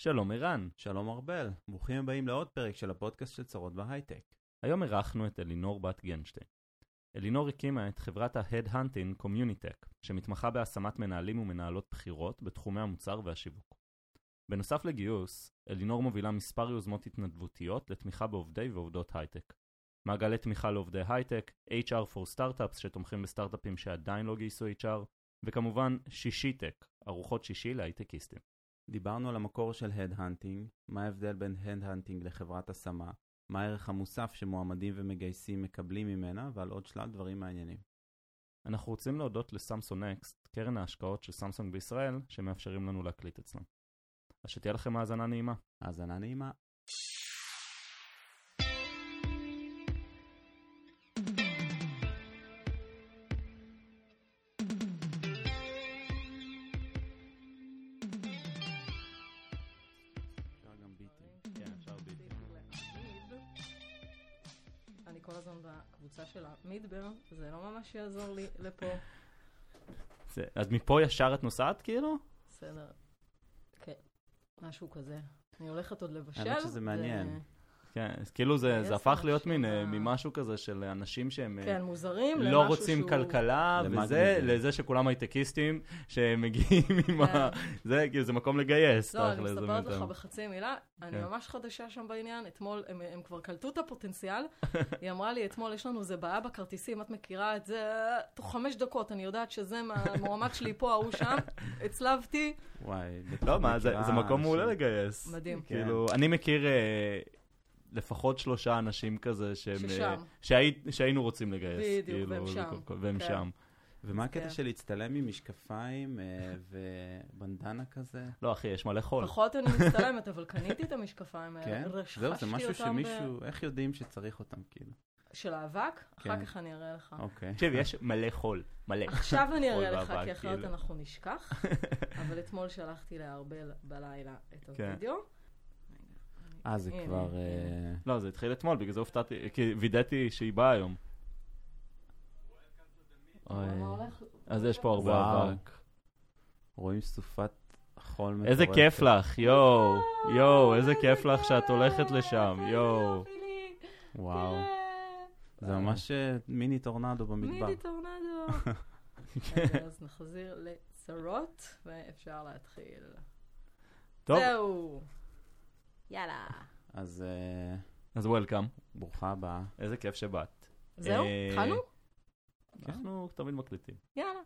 שלום ערן. שלום ארבל, ברוכים הבאים לעוד פרק של הפודקאסט של צרות בהייטק. היום אירחנו את אלינור בת גנשטיין. אלינור הקימה את חברת ה-Headhunting Communitech, שמתמחה בהשמת מנהלים ומנהלות בחירות בתחומי המוצר והשיווק. בנוסף לגיוס, אלינור מובילה מספר יוזמות התנדבותיות לתמיכה בעובדי ועובדות הייטק. מעגלי תמיכה לעובדי הייטק, HR for Startups שתומכים בסטארט-אפים שעדיין לא גייסו HR, וכמובן שישי-טק, ארוחות שישי להייטקיסטים. דיברנו על המקור של Headhunting, מה ההבדל בין Headhunting לחברת השמה, מה הערך המוסף שמועמדים ומגייסים מקבלים ממנה, ועל עוד שלל דברים מעניינים. אנחנו רוצים להודות לסמסונג נקסט, קרן ההשקעות של סמסונג בישראל, שמאפשרים לנו להקליט אצלם. אז שתהיה לכם האזנה נעימה. האזנה נעימה. אני כל הזמן בקבוצה של המידבר, זה לא ממש יעזור לי לפה. אז מפה ישר את נוסעת כאילו? בסדר. כן, משהו כזה. אני הולכת עוד לבשל. האמת שזה מעניין. כן, אז כאילו זה הפך להיות ממשהו כזה של אנשים שהם לא רוצים כלכלה, וזה לזה שכולם הייטקיסטים שמגיעים עם זה, כאילו זה מקום לגייס. לא, אני מספרת לך בחצי מילה, אני ממש חדשה שם בעניין, אתמול הם כבר קלטו את הפוטנציאל, היא אמרה לי, אתמול יש לנו זה בעיה בכרטיסים, את מכירה את זה, תוך 5 דקות, אני יודעת שזה המועמד שלי פה, ההוא שם, הצלבתי. וואי, לא, מה, זה מקום מעולה לגייס. מדהים. כאילו, אני מכיר לפחות 3 אנשים כזה שהיינו רוצים לגייס. בדיוק, והם שם. ומה הקטע של להצטלם עם משקפיים ובנדנה כזה? לא, אחי, יש מלא חול. פחות אני מצטלמת, אבל קניתי את המשקפיים האלה. כן? זהו, זה משהו שמישהו, איך יודעים שצריך אותם כאילו? של האבק? אחר כך אני אראה לך. תקשיב, יש מלא חול, מלא. עכשיו אני אראה לך, כי אחרת אנחנו נשכח. אבל אתמול שלחתי לארבל בלילה את הוידאו. זה כבר... לא, זה התחיל אתמול, בגלל זה הופתעתי, כי וידאתי שהיא באה היום. אז יש פה הרבה אבק. רואים סופת חול מטורפת. איזה כיף לך, יואו, איזה כיף לך שאת הולכת לשם, יואו. וואו. זה ממש מיני טורנדו במדבר. מיני טורנדו. אז נחזיר לצרות, ואפשר להתחיל. טוב. זהו. יאללה. אז וולקאם. ברוכה הבאה. איזה כיף שבאת. זהו, התחלנו? אנחנו תמיד מקליטים. יאללה.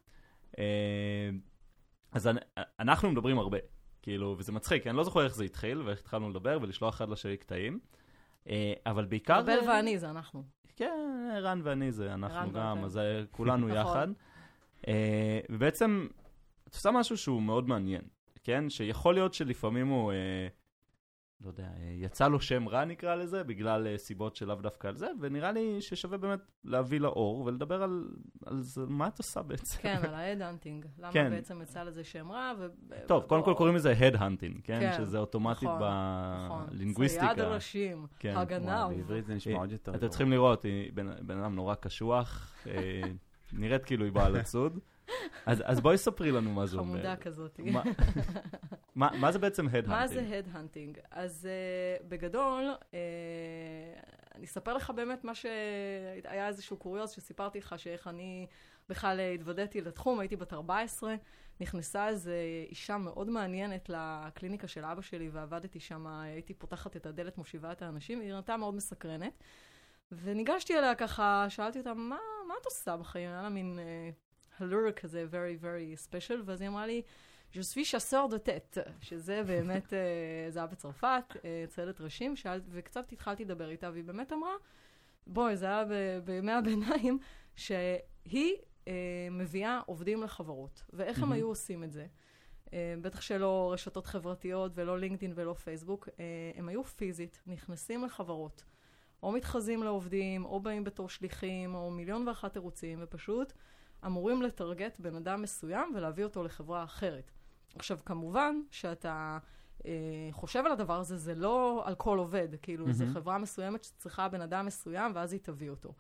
אז אנחנו מדברים הרבה, כאילו, וזה מצחיק, אני לא זוכר איך זה התחיל, ואיך התחלנו לדבר ולשלוח אחד לשני קטעים, אבל בעיקר... ארבל ואני זה אנחנו. כן, ערן ואני זה אנחנו גם, אז כולנו יחד. ובעצם, את עושה משהו שהוא מאוד מעניין, כן? שיכול להיות שלפעמים הוא... לא יודע, יצא לו שם רע נקרא לזה, בגלל סיבות שלאו דווקא על זה, ונראה לי ששווה באמת להביא לאור ולדבר על זה, מה את עושה בעצם? כן, על ה-Headhunting. למה בעצם יצא לזה שם רע? טוב, קודם כל קוראים לזה Headhunting, כן? שזה אוטומטית בלינגוויסטיקה. צייד הראשים, הגנב. בעברית זה נשמע עוד יותר. אתם צריכים לראות, בן אדם נורא קשוח, נראית כאילו היא באה לצוד. אז בואי ספרי לנו מה זה אומר. חמודה כזאת. מה זה בעצם Headhunting? מה זה Headhunting? אז בגדול, אני אספר לך באמת מה שהיה איזשהו קוריוז שסיפרתי לך שאיך אני בכלל התוודעתי לתחום, הייתי בת 14, נכנסה איזו אישה מאוד מעניינת לקליניקה של אבא שלי ועבדתי שם, הייתי פותחת את הדלת, מושיבה את האנשים, היא נראתה מאוד מסקרנת, וניגשתי אליה ככה, שאלתי אותה, מה את עושה בחיים? היה לה מין הלור כזה, very very special, ואז היא אמרה לי, Je suis chasseur de tête, שזה באמת, זה היה בצרפת, ציידת ראשים, וקצת התחלתי לדבר איתה, והיא באמת אמרה, בואי, זה היה בימי הביניים, שהיא מביאה עובדים לחברות, ואיך הם היו עושים את זה? בטח שלא רשתות חברתיות, ולא לינקדין ולא פייסבוק, הם היו פיזית, נכנסים לחברות, או מתחזים לעובדים, או באים בתור שליחים, או 1,000,001 תירוצים, ופשוט אמורים לטרגט בן אדם מסוים ולהביא אותו לחברה אחרת. עכשיו, כמובן שאתה חושב על הדבר הזה, זה לא על כל עובד, כאילו, זו חברה מסוימת שצריכה בן אדם מסוים, ואז היא תביא אותו.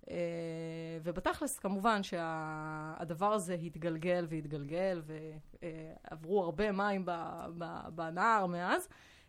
ובתכלס, כמובן שהדבר הזה התגלגל והתגלגל, ועברו הרבה מים בנהר מאז,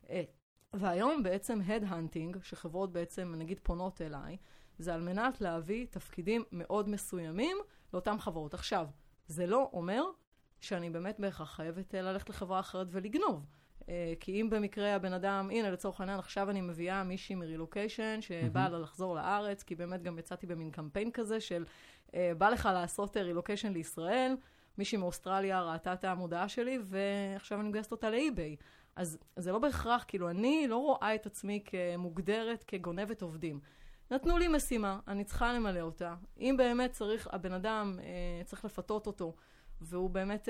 והיום בעצם headhunting, שחברות בעצם נגיד פונות אליי, זה על מנת להביא תפקידים מאוד מסוימים לאותם חברות. עכשיו, זה לא אומר שאני באמת בהכרח חייבת ללכת לחברה אחרת ולגנוב. כי אם במקרה הבן אדם, הנה לצורך העניין, עכשיו אני מביאה מישהי מרילוקיישן שבאה לה לחזור לארץ, כי באמת גם יצאתי במין קמפיין כזה של בא לך לעשות רילוקיישן לישראל, מישהי מאוסטרליה ראתה את המודעה שלי, ועכשיו אני מגייסת אותה לאי-ביי. אז זה לא בהכרח, כאילו אני לא רואה את עצמי כמוגדרת, כגונבת עובדים. נתנו לי משימה, אני צריכה למלא אותה. אם באמת צריך, הבן אדם צריך לפתות אותו, והוא באמת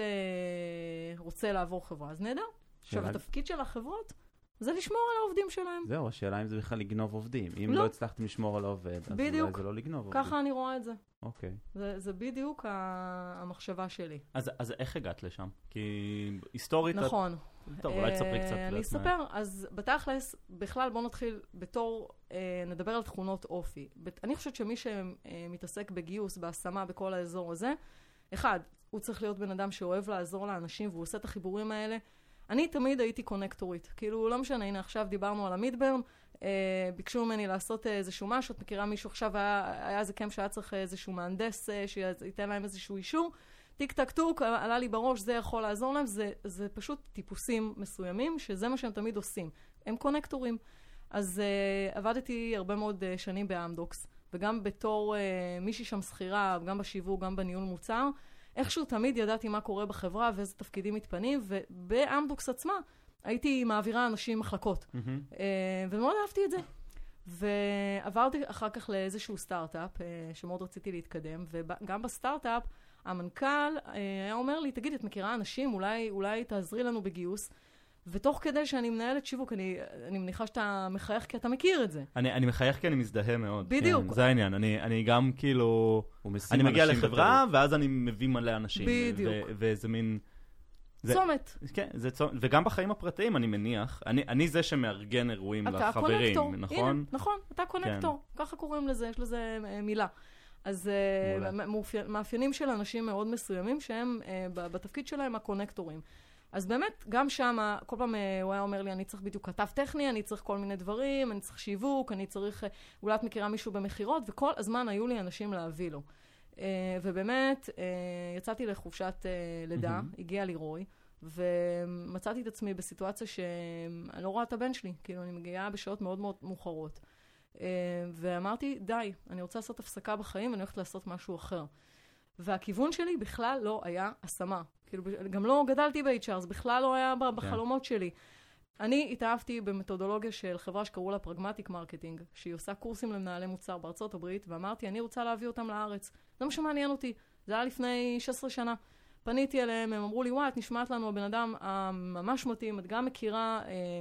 רוצה לעבור חברה, אז נהדר. עכשיו, התפקיד של החברות זה לשמור על העובדים שלהם. זהו, השאלה אם זה בכלל לגנוב עובדים. אם לא הצלחתם לשמור על העובד, אז אולי זה לא לגנוב עובדים. ככה אני רואה את זה. אוקיי. זה בדיוק המחשבה שלי. אז איך הגעת לשם? כי היסטורית... נכון. טוב, אולי תספרי קצת. אני אספר, אז בתכלס, בכלל בוא נתחיל בתור, נדבר על תכונות אופי. אני חושבת שמי שמתעסק בגיוס, בהשמה, בכל האזור הזה, אחד, הוא צריך להיות בן אדם שאוהב לעזור לאנשים, והוא עושה את החיבורים האלה. אני תמיד הייתי קונקטורית. כאילו, לא משנה, הנה, עכשיו דיברנו על המידברן, ביקשו ממני לעשות איזשהו משהו, את מכירה מישהו, עכשיו היה איזה קמפ שהיה צריך איזשהו מהנדס, שייתן להם איזשהו אישור, טיק טק טוק, עלה לי בראש, זה יכול לעזור להם, זה פשוט טיפוסים מסוימים, שזה מה שהם תמיד עושים. הם קונקטורים. אז עבדתי הרבה מאוד שנים באמדוקס, וגם בתור מישהי שם שכירה, גם בשיווק, גם בניהול מוצר, איכשהו תמיד ידעתי מה קורה בחברה ואיזה תפקידים מתפנים, ובאמדוקס עצמה הייתי מעבירה אנשים מחלקות. ומאוד אהבתי את זה. ועברתי אחר כך לאיזשהו סטארט-אפ, שמאוד רציתי להתקדם, וגם בסטארט-אפ, המנכ"ל היה אומר לי, תגיד, את מכירה אנשים, אולי תעזרי לנו בגיוס, ותוך כדי שאני מנהלת שיווק, אני מניחה שאתה מחייך כי אתה מכיר את זה. אני מחייך כי אני מזדהה מאוד. בדיוק. כן, זה העניין. אני גם כאילו... אני מגיע לחברה, ואז אני מביא מלא אנשים. בדיוק. ואיזה מין... צומת. כן, זה צומת. וגם בחיים הפרטיים, אני מניח, אני זה שמארגן אירועים לחברים, נכון? הנה, נכון, אתה קונקטור. ככה קוראים לזה, יש לזה מילה. אז מאפיינים של אנשים מאוד מסוימים, שהם בתפקיד שלהם הקונקטורים. אז באמת, גם שם, כל פעם הוא היה אומר לי, אני צריך בדיוק כתב טכני, אני צריך כל מיני דברים, אני צריך שיווק, אני צריך, אולי את מכירה מישהו במחירות, וכל הזמן היו לי אנשים להביא לו. ובאמת, יצאתי לחופשת לידה, הגיע לי רוי, ומצאתי את עצמי בסיטואציה שאני לא רואה את הבן שלי, כאילו אני מגיעה בשעות מאוד מאוד מאוחרות. ואמרתי, די, אני רוצה לעשות הפסקה בחיים, ואני הולכת לעשות משהו אחר. והכיוון שלי בכלל לא היה השמה. כאילו, גם לא גדלתי ב-HR, זה בכלל לא היה בחלומות שלי. אני התאהבתי במתודולוגיה של חברה שקראו לה פרגמטיק מרקטינג, שהיא עושה קורסים למנהלי מוצר בארצות הברית, ואמרתי, אני רוצה להביא אותם לארץ. זה מה שמעניין אותי. זה היה לפני 16 שנה. פניתי אליהם, הם אמרו לי, וואי, את נשמעת לנו הבן אדם ממש מתאים, את גם מכירה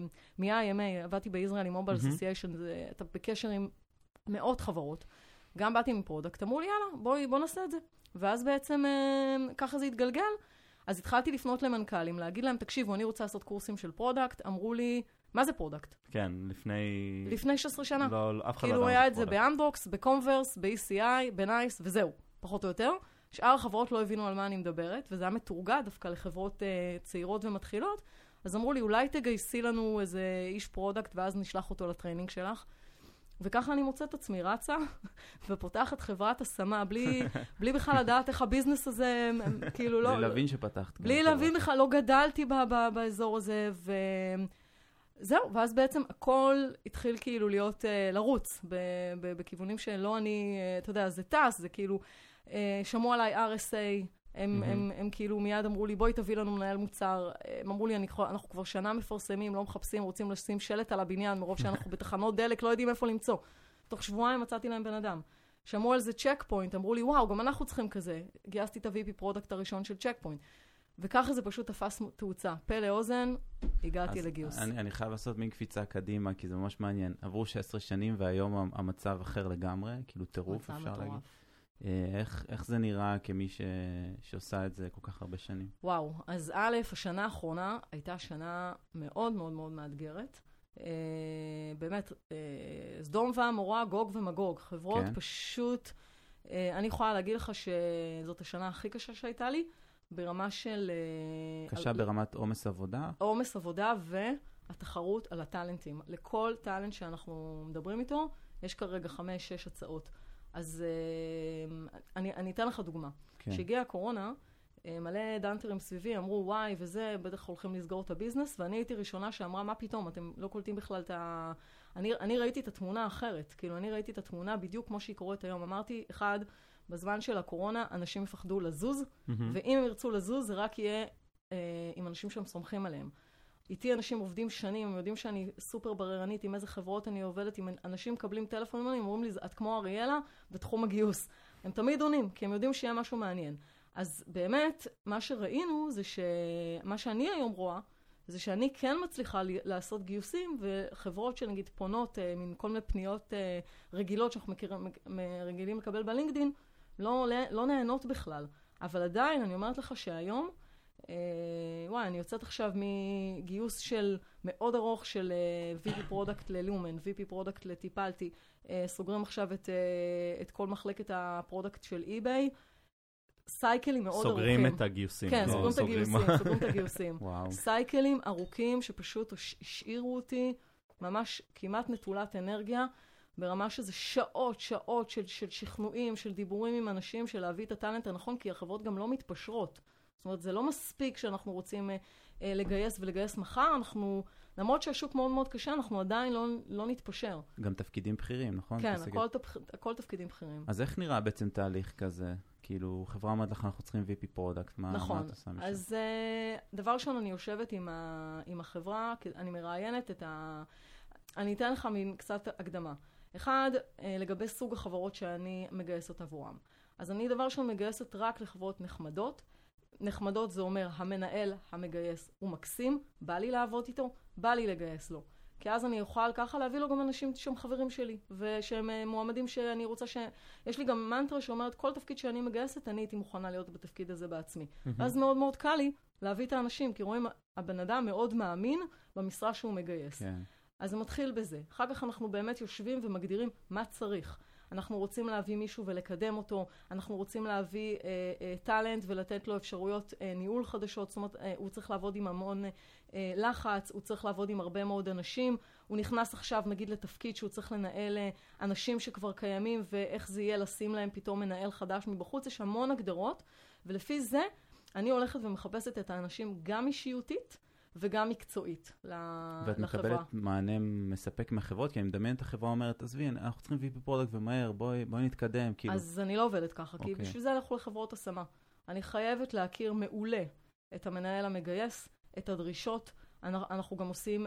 מ-IMA, עבדתי בישראל עם מובייל אסוסיישן, אתה בקשר עם מאות חברות. גם באתי עם פרודקט, אמרו לי, יאללה, בוא נעשה את זה. ואז בעצם ככה זה התגלגל. אז התחלתי לפנות למנכ"לים, להגיד להם, תקשיבו, אני רוצה לעשות קורסים של פרודקט. אמרו לי, מה זה פרודקט? כן, לפני 16 שנה. לא, אף אחד לא כאילו היה את זה באמדוקס, בקומברס, ב-ECI, בנייס, וזהו, פחות או יותר. שאר החברות לא הבינו על מה אני מדברת, וזה היה מתורגל דווקא לחברות צעירות ומתחילות. אז אמרו לי, אולי תגייסי לנו איזה איש פרודקט, ואז נשלח אותו לטריינינג שלך. וככה אני מוצאת עצמי, רצה, ופותחת חברת השמה, בלי בכלל לדעת איך הביזנס הזה, כאילו לא... בלי להבין שפתחת. בלי להבין בכלל, לא גדלתי באזור הזה, וזהו, ואז בעצם הכל התחיל כאילו להיות, לרוץ, בכיוונים שלא אני, אתה יודע, זה טס, זה כאילו, שמעו עליי RSA, הם כאילו מיד אמרו לי, בואי תביא לנו מנהל מוצר. הם אמרו לי, אנחנו כבר שנה מפרסמים, לא מחפשים, רוצים לשים שלט על הבניין, מרוב שאנחנו בתחנות דלק, לא יודעים איפה למצוא. תוך שבועיים מצאתי להם בן אדם. שמעו על זה צ'ק פוינט, אמרו לי, וואו, גם אנחנו צריכים כזה. גייסתי את ה-VP פרודקט הראשון של צ'ק פוינט. וככה זה פשוט תפס תאוצה. פה לאוזן, הגעתי לגיוס. אני חייב לעשות מין קפיצה קדימה, כי זה ממש מעניין. עברו 16 שנים, והיום המצב אחר לגמרי, כאילו טירוף, אפשר להגיד. איך זה נראה כמי שעושה את זה כל כך הרבה שנים? וואו, אז א', השנה האחרונה הייתה שנה מאוד מאוד מאוד מאתגרת. באמת, סדום ועמורה, גוג ומגוג. חברות פשוט אני יכולה להגיד לך שזאת השנה הכי קשה שהייתה לי, ברמה של... קשה ברמת עומס עבודה? עומס עבודה והתחרות על הטלנטים. לכל טלנט שאנחנו מדברים איתו, יש כרגע 5-6 הצעות. אז אני אתן לך דוגמה. כשהגיעה הקורונה, מלא דנטרים סביבי אמרו, וואי, וזה, בטח הולכים לסגור את הביזנס, ואני הייתי ראשונה שאמרה, מה פתאום, אתם לא קולטים בכלל את ה... אני ראיתי את התמונה האחרת, כאילו, אני ראיתי את התמונה בדיוק כמו שהיא קורית היום. אמרתי, אחד, בזמן של הקורונה, אנשים יפחדו לזוז, ואם הם ירצו לזוז, זה רק יהיה עם אנשים שהם סומכים עליהם. איתי אנשים עובדים שנים, הם יודעים שאני סופר בררנית, עם איזה חברות אני עובדת, עם אנשים מקבלים טלפון, הם אומרים לי, את כמו אריאלה בתחום הגיוס. הם תמיד עונים, כי הם יודעים שיהיה משהו מעניין. אז באמת, מה שראינו זה מה שאני היום רואה, זה שאני כן מצליחה לעשות גיוסים, וחברות שנגיד פונות מן כל מיני פניות רגילות שאנחנו רגילים לקבל בלינקדין, לא נהנות בכלל. אבל עדיין, אני אומרת לך שהיום, וואי, אני יוצאת עכשיו מגיוס של מאוד ארוך של VP פרודקט ללומן, VP פרודקט לטיפלתי, סוגרים עכשיו את כל מחלקת הפרודקט של eBay, סייקלים מאוד ארוכים. סוגרים את הגיוסים. כן, סוגרים את הגיוסים. סייקלים ארוכים שפשוט השאירו אותי ממש כמעט נטולת אנרגיה, ברמה שזה שעות של שכנועים, של דיבורים עם אנשים, של להביא את הטלנט הנכון, כי החברות גם לא מתפשרות. זאת אומרת, זה לא מספיק שאנחנו רוצים לגייס ולגייס מחר, למרות שהשוק מאוד מאוד קשה, אנחנו עדיין לא נתפשר. גם תפקידים בכירים, נכון? כן, הכל תפקידים בכירים. אז איך נראה בעצם תהליך כזה? כאילו, חברה אומרת לך, אנחנו צריכים VP פרודקט, מה את עושה משם? אז דבר ראשון, אני יושבת עם החברה, אני מראיינת אני אתן לך קצת הקדמה. אחד, לגבי סוג החברות שאני מגייסת עבורם. אז אני דבר ראשון מגייסת רק לחברות נחמדות. נחמדות זה אומר, המנהל המגייס הוא מקסים, בא לי לעבוד איתו, בא לי לגייס לו. כי אז אני אוכל ככה להביא לו גם אנשים שהם חברים שלי, ושהם מועמדים שאני רוצה יש לי גם מנטרה שאומרת, כל תפקיד שאני מגייסת, אני הייתי מוכנה להיות בתפקיד הזה בעצמי. אז מאוד מאוד קל לי להביא את האנשים, כי רואים, הבן אדם מאוד מאמין במשרה שהוא מגייס. אז זה מתחיל בזה. אחר כך אנחנו באמת יושבים ומגדירים מה צריך. אנחנו רוצים להביא מישהו ולקדם אותו, אנחנו רוצים להביא טלנט ולתת לו אפשרויות ניהול חדשות, זאת אומרת, הוא צריך לעבוד עם המון לחץ, הוא צריך לעבוד עם הרבה מאוד אנשים, הוא נכנס עכשיו נגיד לתפקיד שהוא צריך לנהל אנשים שכבר קיימים, ואיך זה יהיה לשים להם פתאום מנהל חדש מבחוץ, יש המון הגדרות, ולפי זה אני הולכת ומחפשת את האנשים גם אישיותית, וגם מקצועית לחברה. ואת מקבלת מענה מספק מהחברות, כי אני מדמיין את החברה אומרת, עזבי, אנחנו צריכים VP פרודקט ומהר, בואי נתקדם. אז אני לא עובדת ככה, כי בשביל זה הלכו לחברות השמה. אני חייבת להכיר מעולה את המנהל המגייס, את הדרישות. אנחנו גם עושים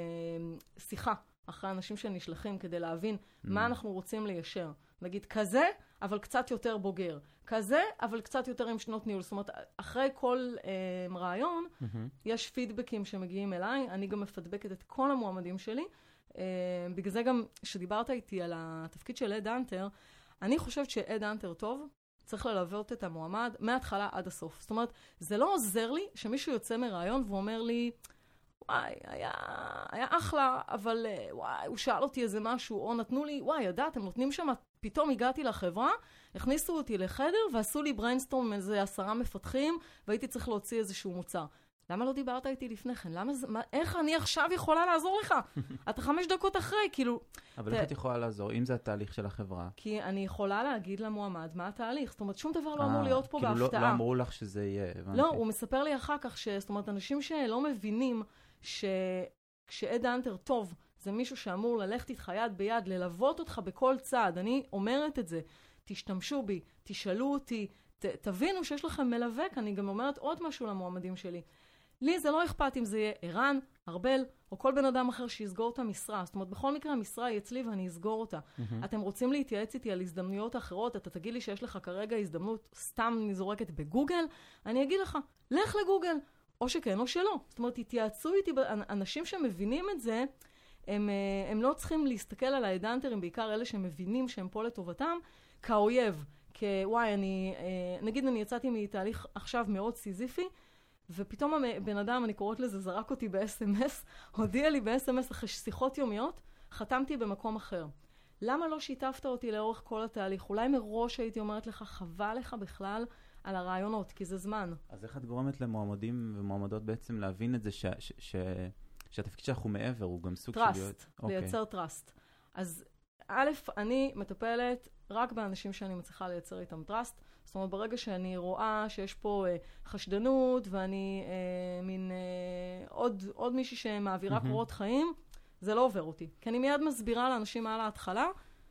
שיחה אחרי אנשים שנשלחים כדי להבין מה אנחנו רוצים ליישר. נגיד כזה, אבל קצת יותר בוגר. כזה, אבל קצת יותר עם שנות ניהול. זאת אומרת, אחרי כל רעיון, יש פידבקים שמגיעים אליי. אני גם מפדבקת את כל המועמדים שלי. בגלל זה גם, שדיברת איתי על התפקיד של אד אנטר, אני חושבת שאד אנטר טוב, צריך ללוות את המועמד מההתחלה עד הסוף. זאת אומרת, זה לא עוזר לי שמישהו יוצא מרעיון ואומר לי, וואי, היה אחלה, אבל וואי, הוא שאל אותי איזה משהו, או נתנו לי, וואי, ידעת, הם נותנים שם, פתאום הגעתי לחברה, הכניסו אותי לחדר, ועשו לי בריינסטורם עם איזה 10 מפתחים, והייתי צריך להוציא איזשהו מוצר. למה לא דיברת איתי לפני כן? איך אני עכשיו יכולה לעזור לך? אתה 5 דקות אחרי, כאילו... אבל איך את יכולה לעזור, אם זה התהליך של החברה? כי אני יכולה להגיד למועמד מה התהליך. זאת אומרת, שום דבר לא אמור להיות פה בהפתעה. כאילו לא אמרו לך שזה יהיה, הבנתי. לא, הוא מספר לי אחר כך זאת אומרת, אנשים שלא מבינים כשאד אנטר טוב, זה מישהו שאמור ללכת איתך יד ביד, ללוות אותך בכל צעד. אני אומרת את זה, תשתמשו בי, תשאלו אותי, תבינו שיש לכם מלווק. אני גם אומרת עוד משהו למועמדים שלי. לי זה לא אכפת אם זה יהיה ערן, ארבל, או כל בן אדם אחר שיסגור את המשרה. זאת אומרת, בכל מקרה המשרה היא אצלי ואני אסגור אותה. אתם רוצים להתייעץ איתי על הזדמנויות אחרות, אתה תגיד לי שיש לך כרגע הזדמנות סתם נזורקת בגוגל, אני אגיד לך, לך לגוגל, או שכן או שלא. זאת אומרת, תתייעצו איתי, אנשים שמבינים את זה, הם לא צריכים להסתכל על האדאנטרים, בעיקר אלה שמבינים שהם פה לטובתם, כאויב. וואי, נגיד אני יצאתי מתהליך עכשיו מאוד סיזיפי, ופתאום הבן אדם, אני קוראת לזה, זרק אותי ב-SMS, הודיע לי ב-SMS אחרי שיחות יומיות, חתמתי במקום אחר. למה לא שיתפת אותי לאורך כל התהליך? אולי מראש הייתי אומרת לך, חבל לך בכלל על הרעיונות, כי זה זמן. אז איך את גורמת למועמדים ומועמדות בעצם להבין את זה שהתפקיד שלך הוא מעבר, הוא גם סוג של להיות... טראסט, לייצר טראסט. אז א', אני מטפלת רק באנשים שאני מצליחה לייצר איתם טראסט. זאת אומרת, ברגע שאני רואה שיש פה חשדנות, ואני עוד מישהי שמעבירה קורות חיים, זה לא עובר אותי. כי אני מיד מסבירה לאנשים על ההתחלה,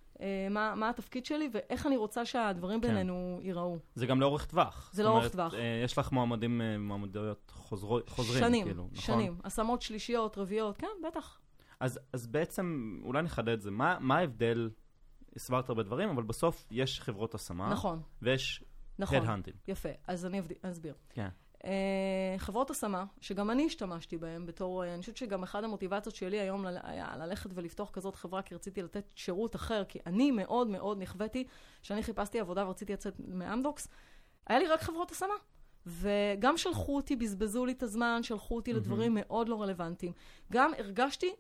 מה התפקיד שלי, ואיך אני רוצה שהדברים בינינו ייראו. זה גם לאורך טווח. זה לאורך טווח. יש לך מועמדויות חוזרים, שנים, כאילו, נכון? שנים. השמות שלישיות, רביעיות, כן, בטח. אז בעצם, אולי נחדד את זה, מה ההבדל, הסברת הרבה דברים, אבל בסוף יש חברות השמה. נכון. ויש נכון. Headhunting. יפה, אז אני אסביר. כן. חברות השמה, שגם אני השתמשתי בהן בתור, אני חושבת שגם אחד המוטיבציות שלי היום היה ללכת ולפתוח כזאת חברה, כי רציתי לתת שירות אחר, כי אני מאוד מאוד נכוויתי, שאני חיפשתי עבודה ורציתי לצאת מאמדוקס, היה לי רק חברות השמה. וגם שלחו אותי, בזבזו לי את הזמן, שלחו אותי לדברים מאוד לא רלוונטיים. גם הרגשתי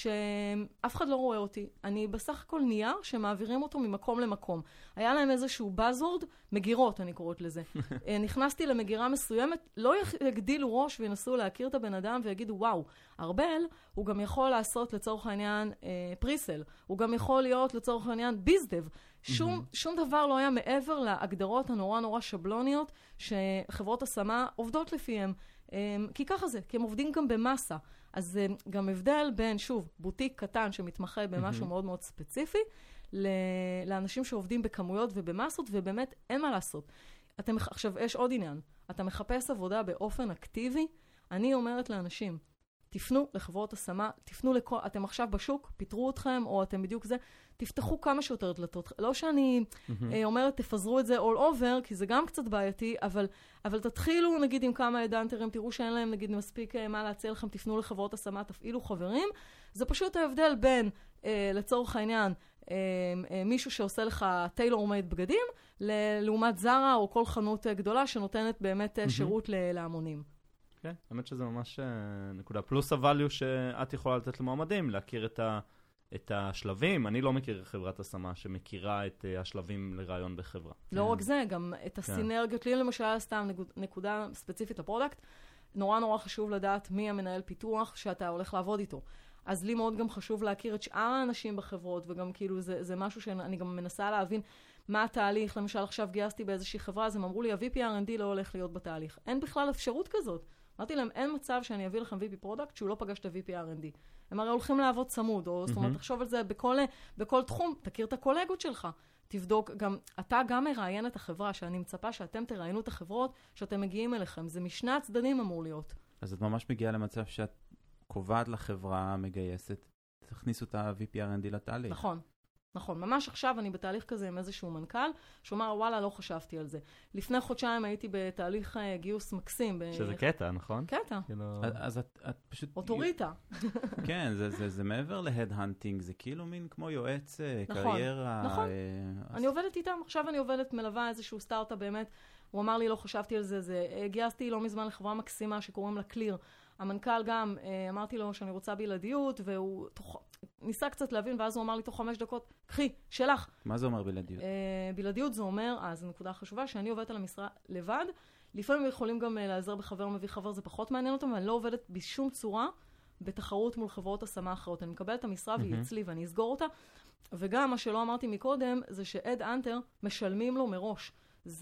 שאף אחד לא רואה אותי. אני בסך הכל נייר שמעבירים אותו ממקום למקום. היה להם איזשהו buzzword, מגירות אני קוראת לזה. נכנסתי למגירה מסוימת, לא יגדילו ראש וינסו להכיר את הבן אדם ויגידו, וואו, ארבל, הוא גם יכול לעשות לצורך העניין פריסל. הוא גם יכול להיות לצורך העניין ביזדב. שום דבר לא היה מעבר להגדרות הנורא נורא שבלוניות שחברות השמה עובדות לפיהם. כי ככה זה, כי הם עובדים גם במסה. אז זה גם הבדל בין, שוב, בוטיק קטן שמתמחה במשהו מאוד מאוד ספציפי, לאנשים שעובדים בכמויות ובמסות, ובאמת אין מה לעשות. עכשיו, יש עוד עניין. אתה מחפש עבודה באופן אקטיבי, אני אומרת לאנשים, תפנו לחברות השמה, תפנו לכל, אתם עכשיו בשוק, פיתרו אתכם, או אתם בדיוק זה, תפתחו כמה שיותר דלתות. לא שאני אומרת, תפזרו את זה all over, כי זה גם קצת בעייתי, אבל תתחילו, נגיד, עם כמה הדאנטרים, תראו שאין להם, נגיד, מספיק מה להציע לכם, תפנו לחברות השמה, תפעילו חברים. זה פשוט ההבדל בין, לצורך העניין, מישהו שעושה לך טיילור מייד בגדים, לעומת זרה או כל חנות גדולה שנותנת באמת שירות להמונים. כן, האמת שזה ממש נקודה. פלוס הvalue שאת יכולה לתת למועמדים, להכיר את השלבים. אני לא מכיר חברת השמה שמכירה את השלבים לרעיון בחברה. לא רק זה, גם את הסינרגיות. לי למשל סתם נקודה ספציפית לפרודקט, נורא חשוב לדעת מי המנהל פיתוח שאתה הולך לעבוד איתו. אז לי מאוד גם חשוב להכיר את שאר האנשים בחברות, וגם כאילו זה משהו שאני גם מנסה להבין מה התהליך. למשל עכשיו גייסתי באיזושהי חברה, אז הם אמרו לי, ה-VP R&D לא הולך להיות בתהליך. אין בכלל אפשרות כזאת. אמרתי להם, אין מצב שאני אביא לכם VP פרודקט שהוא לא פגש את ה-VP R&D. הם הרי הולכים לעבוד צמוד, או זאת אומרת, תחשוב על זה בכל תחום, תכיר את הקולגות שלך. תבדוק, אתה גם מראיין את החברה, שאני מצפה שאתם תראיינו את החברות שאתם מגיעים אליכם. זה משני הצדדים אמור להיות. אז את ממש מגיעה למצב שאת קובעת לחברה מגייסת, תכניסו את ה-VP R&D לתהליך. נכון, ממש עכשיו אני בתהליך כזה עם איזשהו מנכ"ל, שאומר, וואלה, לא חשבתי על זה. לפני חודשיים הייתי בתהליך גיוס מקסים. שזה קטע, נכון? קטע. אז את פשוט... אוטוריטה. כן, זה מעבר להד-הנטינג, זה כאילו מין כמו יועץ קריירה. נכון. אני עובדת איתם, עכשיו אני מלווה איזשהו סטארט-אפ באמת, הוא אמר לי, לא חשבתי על זה, גייסתי לא מזמן לחברה מקסימה שקוראים לה קליר. המנכ"ל גם, אמרתי לו שאני רוצה בלעדיות, והוא ניסה קצת להבין, ואז הוא אמר לי תוך 5 דקות, קחי, שלך. מה זה אומר בלעדיות? בלעדיות זה אומר, זו נקודה חשובה, שאני עובדת על המשרה לבד, לפעמים יכולים גם לעזר בחבר מביא חבר, זה פחות מעניין אותם, ואני לא עובדת בשום צורה בתחרות מול חברות השמה אחרות. אני מקבלת את המשרה והיא אצלי ואני אסגור אותה, וגם מה שלא אמרתי מקודם, זה שעד אנטר משלמים לו מראש.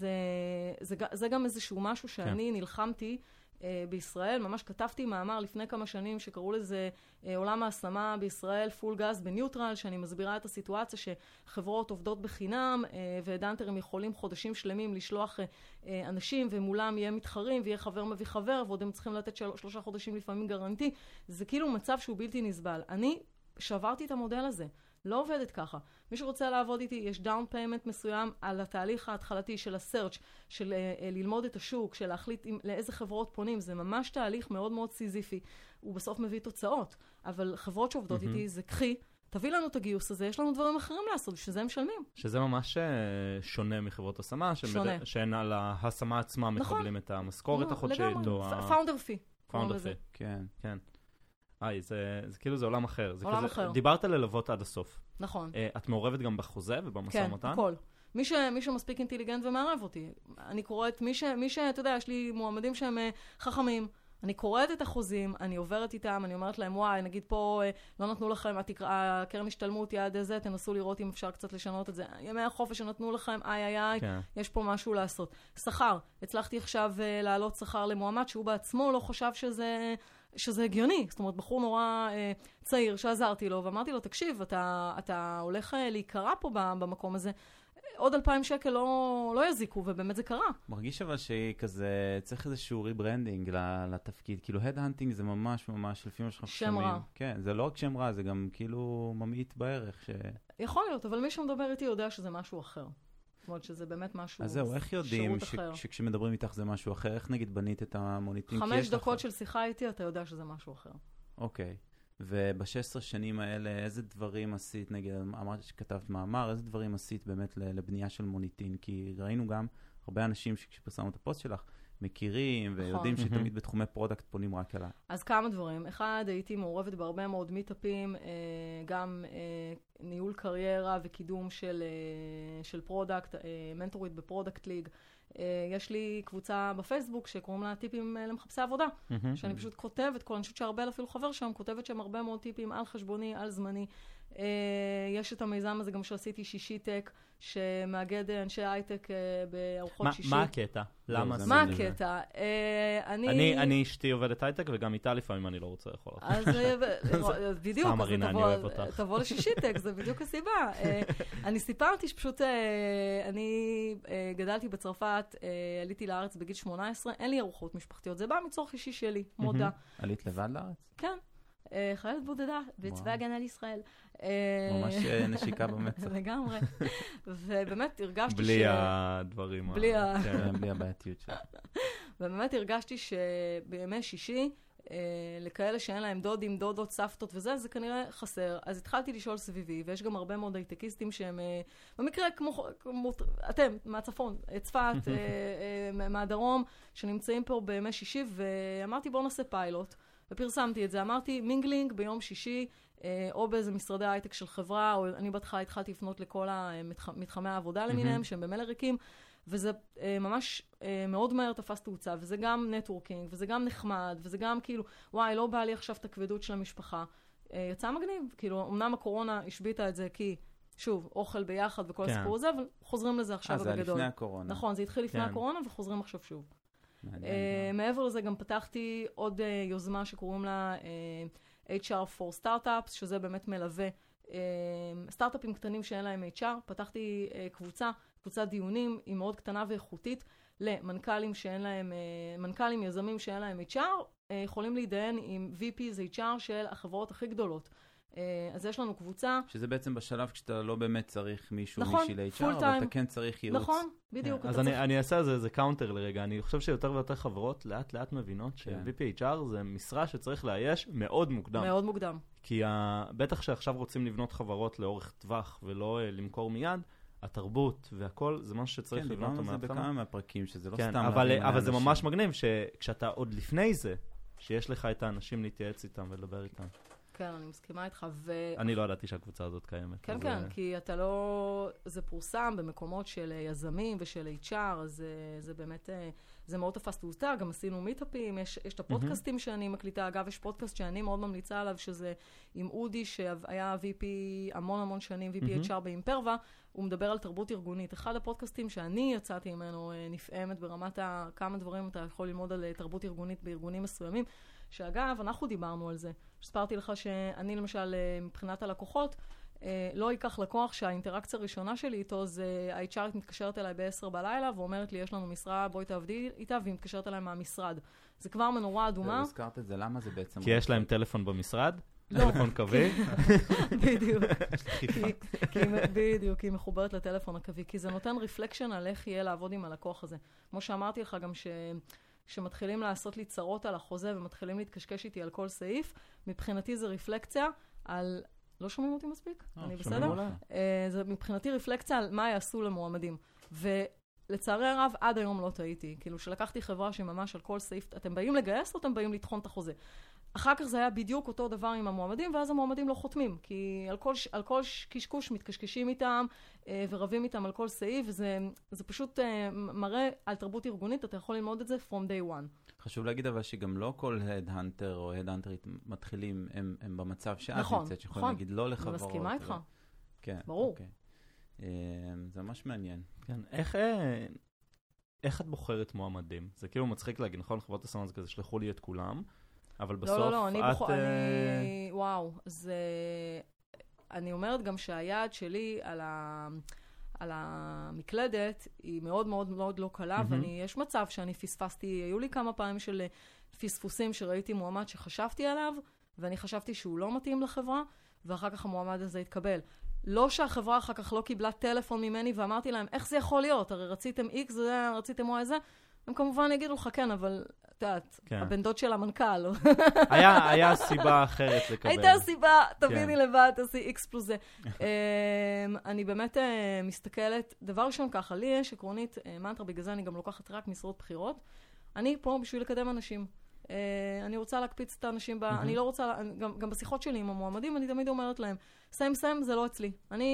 זה גם איזשהו משהו שאני נלחמתי בישראל, ממש כתבתי מאמר לפני כמה שנים שקראו לזה עולם ההשמה בישראל פול גז בניוטרל, שאני מסבירה את הסיטואציה שחברות עובדות בחינם ודאנטרים יכולים חודשים שלמים לשלוח אנשים ומולם יהיה מתחרים ויהיה חבר מביא חבר ועוד הם צריכים לתת 3 חודשים לפעמים גרנטי. זה כאילו מצב שהוא בלתי נסבל. אני שברתי את המודל הזה. לא עובדת ככה. מי שרוצה לעבוד איתי, יש דאון פיימנט מסוים על התהליך ההתחלתי של הסרצ' של ללמוד את השוק, של להחליט לאיזה חברות פונים. זה ממש תהליך מאוד מאוד סיזיפי. הוא בסוף מביא תוצאות. אבל חברות שעובדות איתי, זה קחי, תביא לנו את הגיוס הזה, יש לנו דברים אחרים לעשות, שזה הם משלמים. שזה ממש שונה מחברות השמה, שהן על ההשמה עצמה מקבלים את המשכורת החודשית. פאונדר פי. פאונדר פי, כן. זה כאילו זה עולם אחר. עולם אחר. דיברת ללוות עד הסוף. נכון. את מעורבת גם בחוזה ובמשא ומתן? כן, הכל. מי שמספיק אינטליגנט ומערב אותי. אני קוראת, אתה יודע, יש לי מועמדים שהם חכמים. אני קוראת את החוזים, אני עוברת איתם, אני אומרת להם, וואי, נגיד פה לא נתנו לכם, הקרן השתלמות יעד זה, תנסו לראות אם אפשר קצת לשנות את זה. ימי החופש שנתנו לכם, כן. יש פה משהו לעשות. שכר, הצלחתי עכשיו להעלות שכר למועמד, שהוא בעצמו לא חשב שזה הגיוני. זאת אומרת, בחור נורא צעיר שעזרתי לו, ואמרתי לו, תקשיב, אתה הולך להיקרא פה במקום הזה, עוד 2,000 שקל לא יזיקו, ובאמת זה קרה. מרגיש אבל שכזה, צריך איזשהו ריברנדינג לתפקיד. כאילו, הדהנטינג זה ממש, לפי מה שאנחנו שומעים. שם רע. כן, זה לא רק שם רע, זה גם כאילו ממעיט בערך. יכול להיות, אבל מי שמדבר איתי יודע שזה משהו אחר. זאת אומרת שזה באמת משהו, אז זהו, איך יודעים שכשמדברים איתך זה משהו אחר? איך נגיד בנית את המוניטין? 5 דקות של שיחה איתי, אתה יודע שזה משהו אחר. אוקיי. וב-16 שנים האלה, איזה דברים עשית, נגיד, אמרת שכתבת מאמר, איזה דברים עשית באמת לבנייה של מוניטין? כי ראינו גם הרבה אנשים שכשפרסמנו את הפוסט שלך, מכירים ויודעים שתמיד בתחומי פרודקט פונים רק אליי. אז כמה דברים. אחד, הייתי מעורבת בהרבה מאוד מיטאפים, גם ניהול קריירה וקידום של פרודקט, מנטורית בפרודקט ליג. יש לי קבוצה בפייסבוק שקוראים לה טיפים למחפשי עבודה, שאני פשוט כותבת, אני חושבת שהרבה אפילו חבר שם, כותבת שם הרבה מאוד טיפים על חשבוני, על זמני. יש את המיזם הזה גם שעשיתי שישי-טק, שמאגד אנשי הייטק בארוחות שישי. מה הקטע? למה? מה הקטע? אני אשתי עובדת הייטק, וגם איתה לפעמים אני לא רוצה לאכול. אז בדיוק, תבוא לשישי-טק, זה בדיוק הסיבה. אני סיפרתי שפשוט, אני גדלתי בצרפת, עליתי לארץ בגיל 18, אין לי ארוחות משפחתיות, זה בא מצורך אישי שלי, מודה. עלית לבד לארץ? כן. חיילת בודדה, בצבא הגנה לישראל. ממש נשיקה במצח. לגמרי. ובאמת הרגשתי בלי הדברים. בלי הבעייתיות שלה. ובאמת הרגשתי שבימי שישי, לכאלה שאין להם דודים, דודות, סבתות וזה, זה כנראה חסר. אז התחלתי לשאול סביבי, ויש גם הרבה מאוד הייטקיסטים שהם, במקרה כמו אתם, מהצפון, צפת, מהדרום, שנמצאים פה בימי שישי, ואמרתי בואו נעשה פיילוט. ופרסמתי את זה. אמרתי, מינגלינג ביום שישי, או באיזה משרדי הייטק של חברה, או אני בהתחלה התחלתי לפנות לכל מתחמי העבודה למיניהם, שהם במילא ריקים, וזה ממש מאוד מהר תפס תאוצה, וזה גם נטוורקינג, וזה גם נחמד, וזה גם כאילו, וואי, לא בא לי עכשיו את הכבדות של המשפחה. יצא מגניב, כאילו, אמנם הקורונה השביטה את זה, כי, שוב, אוכל ביחד וכל הסיפור הזה, אבל חוזרים לזה עכשיו בגדול. זה לפני הקורונה. נכון, זה התחיל לפני הקורונה, וחוזרים עכשיו שוב. מעבר לזה גם פתחתי עוד יוזמה שקוראים לה HR for Startups, שזה באמת מלווה סטארט-אפים קטנים שאין להם HR. פתחתי קבוצת דיונים היא מאוד קטנה ואיכותית למנכ"לים שאין להם, מנכ"לים יזמים שאין להם HR, יכולים להידיין עם VPs HR של החברות הכי גדולות. אז יש לנו קבוצה. שזה בעצם בשלב כשאתה לא באמת צריך מישהו מישהי ל-HR, אבל אתה כן צריך ייעוץ. נכון, בדיוק. אז אני אעשה איזה קאונטר לרגע. אני חושב שיותר ויותר חברות לאט לאט מבינות ש-VP-HR זה משרה שצריך לאייש מאוד מוקדם. מאוד מוקדם. כי בטח שעכשיו רוצים לבנות חברות לאורך טווח ולא למכור מיד, התרבות והכל זה משהו שצריך לבנות אותו מההתחלה. כן, דיברנו על זה בכמה מהפרקים, שזה לא סתם. אבל זה ממש מגניב שכשאתה עוד לפני זה, שיש לך את האנשים להתייעץ איתם ולדבר איתם. כן, אני מסכימה איתך. אני לא ידעתי שהקבוצה הזאת קיימת. כן, כן, כי אתה לא... זה פורסם במקומות של יזמים ושל HR, אז זה באמת... זה מאוד תפס תאוצה, גם עשינו מיטאפים, יש את הפודקאסטים שאני מקליטה. אגב, יש פודקאסט שאני מאוד ממליצה עליו, שזה עם אודי, שהיה VP המון שנים, VP HR באימפרווה, הוא מדבר על תרבות ארגונית. אחד הפודקאסטים שאני יצאתי ממנו נפעמת ברמת כמה דברים אתה יכול ללמוד על תרבות ארגונית בארגונים מסוימים, שאגב, אנחנו דיברנו על זה. שספרתי לך שאני למשל, מבחינת הלקוחות, לא ייקח לקוח שהאינטראקציה הראשונה שלי איתו זה ה-HR מתקשרת אליי ב-10 בלילה ואומרת לי, יש לנו משרה, בואי תעבדי איתה, והיא מתקשרת אליי מהמשרד. זה כבר מנורה אדומה. הזכרת את זה, למה זה בעצם? כי יש להם טלפון במשרד? טלפון קווי? בדיוק. בדיוק, היא מחוברת לטלפון הקווי, כי זה נותן רפלקשן על איך יהיה לעבוד עם הלקוח הזה. כמו שאמרתי לך גם שמתחילים לעשות לי צרות על החוזה ומתחילים להתקשקש איתי על כל סעיף, מבחינתי זה רפלקציה על... לא שומעים אותי מספיק? אני בסדר? זה מבחינתי רפלקציה על מה יעשו למועמדים. ולצערי הרב, עד היום לא טעיתי. כאילו שלקחתי חברה שממש על כל סעיף, אתם באים לגייס או אתם באים לתחון את החוזה? אחר כך זה היה בדיוק אותו דבר עם המועמדים, ואז המועמדים לא חותמים, כי על כל קשקוש מתקשקשים איתם, ורבים איתם על כל סעיף, וזה פשוט מראה על תרבות ארגונית, אתה יכול ללמוד את זה from day one. חשוב להגיד אבל שגם לא כל הדהנטר או הדהנטרית מתחילים, הם במצב שאת נמצאת, שיכולים להגיד לא לחברות. אני מסכימה איתך. כן. ברור. זה ממש מעניין. כן, איך את בוחרת מועמדים? זה כאילו מצחיק להגיד, נכון? חברות הסמאק זה כזה, שלחו לי את כולם, אבל בסוף וואו, אני אומרת גם שהיעד שלי על המקלדת היא מאוד מאוד מאוד לא קלה, ויש מצב שאני פספסתי, היו לי כמה פעמים של פספוסים שראיתי מועמד שחשבתי עליו, ואני חשבתי שהוא לא מתאים לחברה, ואחר כך המועמד הזה התקבל. לא שהחברה אחר כך לא קיבלה טלפון ממני, ואמרתי להם, איך זה יכול להיות? הרי רציתם X, רציתם Y זה, הם כמובן יגידו לך כן, אבל את יודעת, הבן דוד של המנכ"ל. היה סיבה אחרת לקבל. הייתה סיבה, תביני לבד, תעשי X פלוס זה. אני באמת מסתכלת, דבר ראשון ככה, לי יש עקרונית מנטרה, בגלל זה אני גם לוקחת רק משרות בחירות. אני פה בשביל לקדם אנשים. אני רוצה להקפיץ את האנשים, אני לא רוצה, גם בשיחות שלי עם המועמדים, אני תמיד אומרת להם, סיים, זה לא אצלי.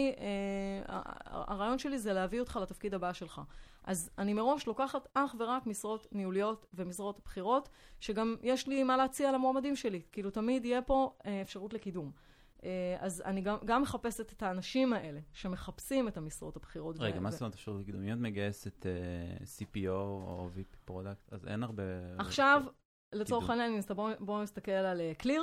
הרעיון שלי זה להביא אותך לתפקיד הבא שלך. אז אני מראש לוקחת אך ורק משרות ניהוליות ומשרות בחירות, שגם יש לי מה להציע למועמדים שלי. כאילו תמיד יהיה פה אפשרות לקידום. אז אני גם מחפשת את האנשים האלה, שמחפשים את המשרות הבחירות. רגע, מה זאת אומרת אפשרות לקידום? אם את מגייסת CPO או VP Product, אז אין הרבה... עכשיו, לצורך העניין, בואו נסתכל על קליר.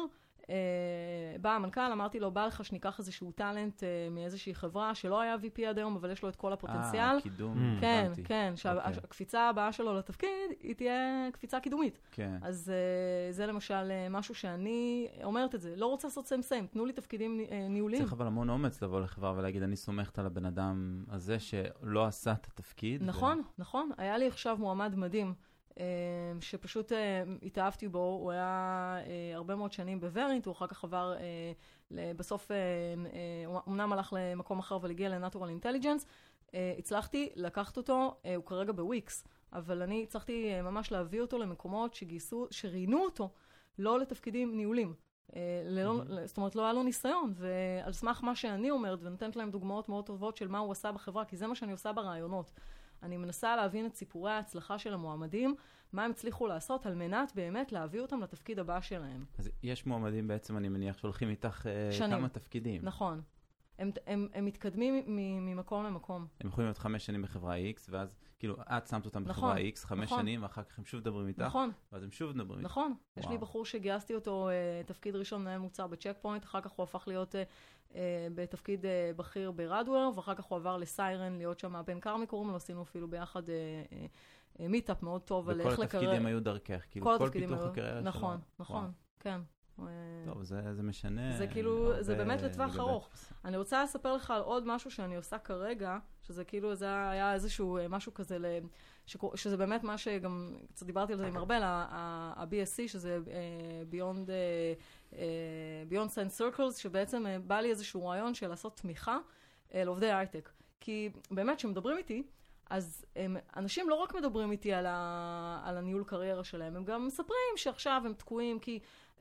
בא המנכ"ל, אמרתי לו, בא לך שניקח איזשהו טלנט מאיזושהי חברה שלא היה VP עד היום, אבל יש לו את כל הפוטנציאל. קידום. כן, שהקפיצה הבאה שלו לתפקיד, היא תהיה קפיצה קידומית. אז זה למשל משהו שאני אומרת את זה, לא רוצה לעשות סיים, תנו לי תפקידים ניהוליים. צריך אבל המון אומץ לבוא לחברה ולהגיד, אני סומכת על הבן אדם הזה שלא עשה את התפקיד. נכון. היה לי עכשיו מועמד מדהים, שפשוט התאהבתי בו, הוא היה הרבה מאוד שנים בוורינט, הוא אחר כך עבר, בסוף הוא אמנם הלך למקום אחר ולהגיע לנטורל אינטליג'נס, הצלחתי לקחת אותו, הוא כרגע בוויקס, אבל אני הצלחתי ממש להביא אותו למקומות שראיינו אותו, לא לתפקידים ניהולים. זאת אומרת, לא היה לו ניסיון, ועל סמך מה שאני אומרת, ונותנת להם דוגמאות מאוד טובות של מה הוא עשה בחברה, כי זה מה שאני עושה ברעיונות. אני מנסה להבין את סיפורי ההצלחה של המועמדים, מה הם הצליחו לעשות, על מנת באמת להביא אותם לתפקיד הבא שלהם. אז יש מועמדים בעצם, אני מניח, שהולכים איתך כמה תפקידים. נכון. הם מתקדמים ממקום למקום. הם יכולים להיות 5 שנים בחברה X, ואז כאילו, את שמת אותם בחברה X 5 שנים, ואחר כך הם שוב מדברים איתך, ואז הם שוב מדברים איתך. נכון. יש לי בחור שגייסתי אותו תפקיד ראשון מנהל מוצר בצ'ק פוינט, אחר כך הוא הפך להיות בתפקיד בכיר ברדוור, ואחר כך הוא עבר לסיירן, להיות שם בן קרמי, קוראים לו, עשינו אפילו ביחד מיטאפ מאוד טוב על איך לקרר. וכל התפקידים היו דרכך, כאילו כל פיתוח הקריירה שלו. נכון, כן. טוב, זה משנה. זה כאילו, זה באמת לטווח ארוך. אני רוצה לספר לך על עוד משהו שאני עושה כרגע, שזה כאילו, זה היה איזשהו משהו כזה, שזה באמת מה שגם, קצת דיברתי על זה עם הרבה, ה-BSC, שזה Beyond Science Circles, שבעצם בא לי איזשהו רעיון של לעשות תמיכה לעובדי הייטק. כי באמת, כשמדברים איתי, אז אנשים לא רק מדברים איתי על הניהול קריירה שלהם, הם גם מספרים שעכשיו הם תקועים כי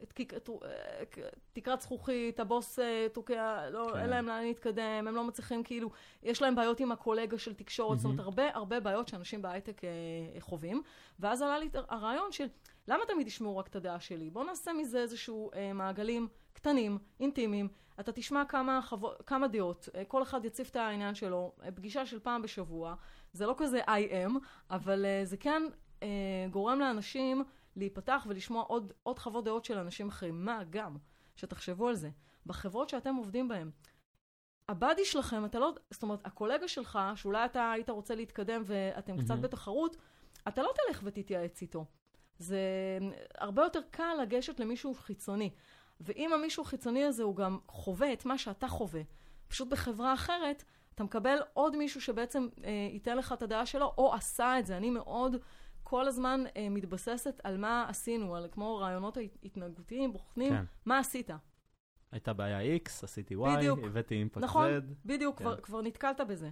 תקרת זכוכית, הבוס תוקע, אין להם לאן להתקדם, הם לא מצליחים כאילו, יש להם בעיות עם הקולגה של תקשורת, זאת אומרת הרבה בעיות שאנשים בהייטק חווים, ואז עלה לי הרעיון של, למה תמיד ישמעו רק את הדעה שלי? בואו נעשה מזה איזשהו מעגלים קטנים, אינטימיים, אתה תשמע כמה דעות, כל אחד יציף את העניין שלו, פגישה של פעם בשבוע, זה לא כזה IM, אבל זה כן גורם לאנשים להיפתח ולשמוע עוד חוות דעות של אנשים אחרים. מה גם? שתחשבו על זה. בחברות שאתם עובדים בהן, הבאדי שלכם, זאת אומרת, הקולגה שלך, שאולי אתה היית רוצה להתקדם ואתם קצת בתחרות, אתה לא תלך ותתייעץ איתו. זה הרבה יותר קל לגשת למישהו חיצוני. ואם המישהו חיצוני הזה הוא גם חווה את מה שאתה חווה, פשוט בחברה אחרת, אתה מקבל עוד מישהו שבעצם ייתן לך את הדעה שלו, או עשה את זה. אני מאוד כל הזמן מתבססת על מה עשינו, על כמו רעיונות התנהגותיים, בוחנים, מה עשית? הייתה בעיה X, עשיתי Y, הבאתי אימפקט Z. נכון, בדיוק, כבר נתקלת בזה.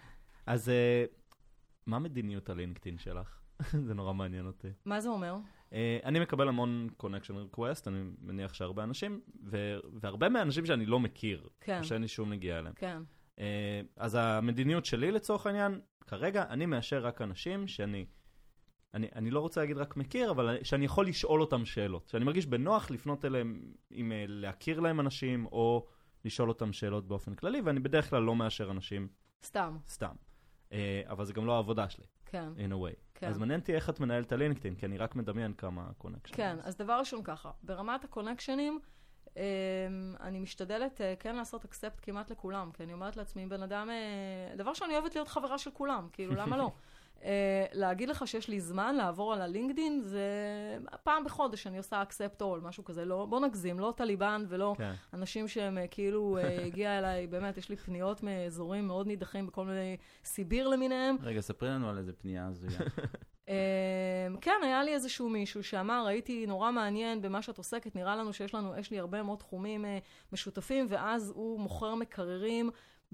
אז מה מדיניות הלינקדאין שלך? זה נורא מעניין אותי. מה זה אומר? אני מקבל המון connection request, אני מניח שהרבה אנשים, והרבה מהאנשים שאני לא מכיר, שאין לי שום נגיעה אליהם. כן. אז המדיניות שלי לצורך העניין, כרגע אני מאשר רק אנשים אני לא רוצה להגיד רק מכיר, אבל שאני יכול לשאול אותם שאלות. שאני מרגיש בנוח לפנות אליהם, עם להכיר להם אנשים, או לשאול אותם שאלות באופן כללי, ואני בדרך כלל לא מאשר אנשים סתם. אבל זה גם לא העבודה שלי. כן. in a way. כן. אז מעניין אותי איך את מנהלת הלינקדאין, כי אני רק מדמיין כמה קונקשנים. כן, אז דבר ראשון ככה, ברמת הקונקשנים, אני משתדלת כן לעשות אקספט כמעט לכולם, כי אני אומרת לעצמי, בן אדם, דבר שאני אוהבת להיות חברה של כולם, כאילו למה לא? להגיד לך שיש לי זמן לעבור על הלינקדין, זה פעם בחודש אני עושה אקספט אול, משהו כזה, לא, בוא נגזים, לא טליבן ולא אנשים שהם כאילו הגיע אליי, באמת, יש לי פניות מאזורים מאוד נידחים בכל מיני סיביר למיניהם. רגע, ספרי לנו על איזה פנייה הזויה. כן, היה לי איזשהו מישהו שאמר, ראיתי נורא מעניין במה שאת עוסקת, נראה לנו יש לי הרבה מאוד תחומים משותפים, ואז הוא מוכר מקררים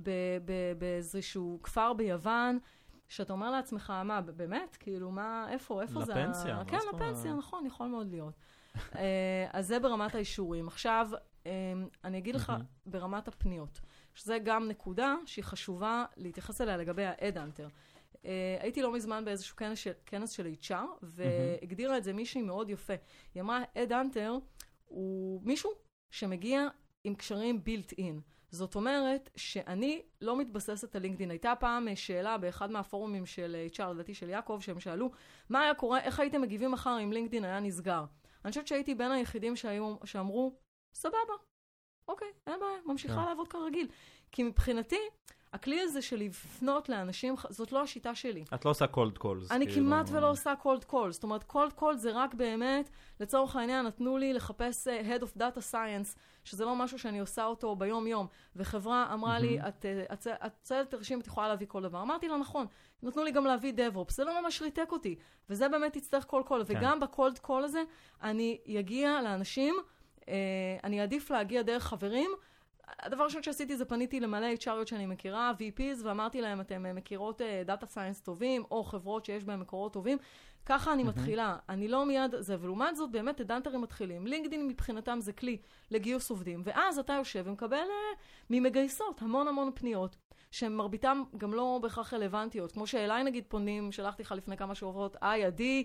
באיזשהו כפר ביוון, שאתה אומר לעצמך, מה, באמת? כאילו, מה, איפה זה? לפנסיה. כן, לפנסיה, נכון, יכול מאוד להיות. אז זה ברמת האישורים. עכשיו, אני אגיד לך ברמת הפניות, שזה גם נקודה שהיא חשובה להתייחס אליה לגבי ה-Headhunter. הייתי לא מזמן באיזשהו כנס של HR, והגדירה את זה מישהי מאוד יפה. היא אמרה, Headhunter הוא מישהו שמגיע עם קשרים built in. זאת אומרת שאני לא מתבססת על לינקדין. הייתה פעם שאלה באחד מהפורומים של HR, לדעתי של יעקב, שהם שאלו, מה היה קורה, איך הייתם מגיבים מחר אם לינקדין היה נסגר? אני חושבת שהייתי בין היחידים שאמרו, סבבה, אוקיי, אין בעיה, ממשיכה לעבוד כרגיל. כי מבחינתי, הכלי הזה של לפנות לאנשים, זאת לא השיטה שלי. את לא עושה cold calls. אני כמעט ולא עושה cold calls. זאת אומרת, cold calls זה רק באמת, לצורך העניין, נתנו לי לחפש Head of Data Science, שזה לא משהו שאני עושה אותו ביום-יום. וחברה אמרה לי, את ציידת תרשים, את יכולה להביא כל דבר. אמרתי לה, נכון. נתנו לי גם להביא DevOps. זה לא ממש ריתק אותי. וזה באמת יצטרך cold call. וגם ב-cold call הזה, אני יגיע לאנשים, אני עדיף להגיע דרך חברים, הדבר ראשון שעשיתי זה פניתי למלא HRיות שאני מכירה, VPs, ואמרתי להם, אתם מכירות דאטה סיינס טובים, או חברות שיש בהם מקורות טובים. ככה אני מתחילה. אני לא מיד זה, ולעומת זאת באמת דנטרים מתחילים. לינקדין מבחינתם זה כלי לגיוס עובדים, ואז אתה יושב ומקבל ממגייסות המון פניות, שהן מרביתם גם לא בהכרח רלוונטיות. כמו שאליי נגיד פונים, שלחתי לך לפני כמה שבועות, עדי,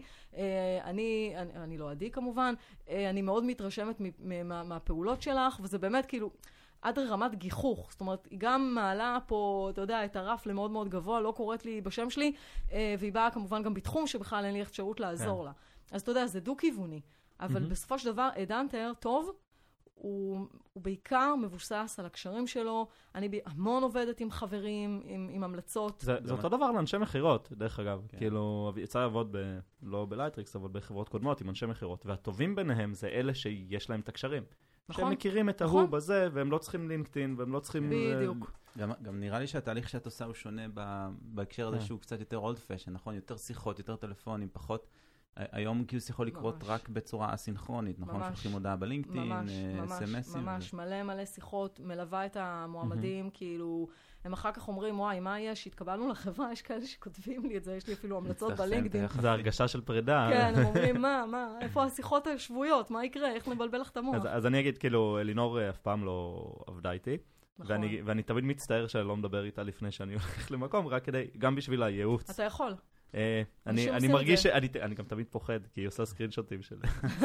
אני לא עדי כמובן, אני מאוד מתרשמת מהפעולות שלך, וזה באמת כאילו עד רמת גיחוך, זאת אומרת, היא גם מעלה פה, אתה יודע, את הרף למאוד מאוד גבוה, לא קוראת לי בשם שלי, והיא באה כמובן גם בתחום שבכלל אין לי אפשרות לעזור לה. אז אתה יודע, זה דו-כיווני, אבל בסופו של דבר, Headhunter טוב, הוא בעיקר מבוסס על הקשרים שלו, אני המון עובדת עם חברים, עם המלצות. זה אותו דבר לאנשי מחירות, דרך אגב. כאילו, יצא לעבוד לא בלייטריקס, אבל בחברות קודמות עם אנשי מחירות, והטובים ביניהם זה אלה שיש להם את הקשרים. שהם מכירים את ההוא בזה, והם לא צריכים לינקדאין, והם לא צריכים... בדיוק. גם נראה לי שהתהליך שאת עושה הוא שונה בהקשר הזה שהוא קצת יותר old fashion, נכון? יותר שיחות, יותר טלפונים, פחות... היום גיוס יכול לקרות רק בצורה אסינכרונית, נכון? שולחים הודעה בלינקדאין, סמסים. ממש, מלא שיחות, מלווה את המועמדים, כאילו, הם אחר כך אומרים, וואי, מה יש? התקבלנו לחברה, יש כאלה שכותבים לי את זה, יש לי אפילו המלצות בלינקדאין. זה הרגשה של פרידה. כן, הם אומרים, מה, איפה השיחות השבועיות? מה יקרה? איך נבלבל לך את המוח? אז אני אגיד, כאילו, אלינור אף פעם לא עבדה איתי, ואני תמיד מצטער שאני לא מדבר איתה לפני שאני הולך למקום, רק כדי, גם בשביל הייעוץ. אתה יכול. אני מרגיש שאני גם תמיד פוחד, כי היא עושה סקרינשוטים של...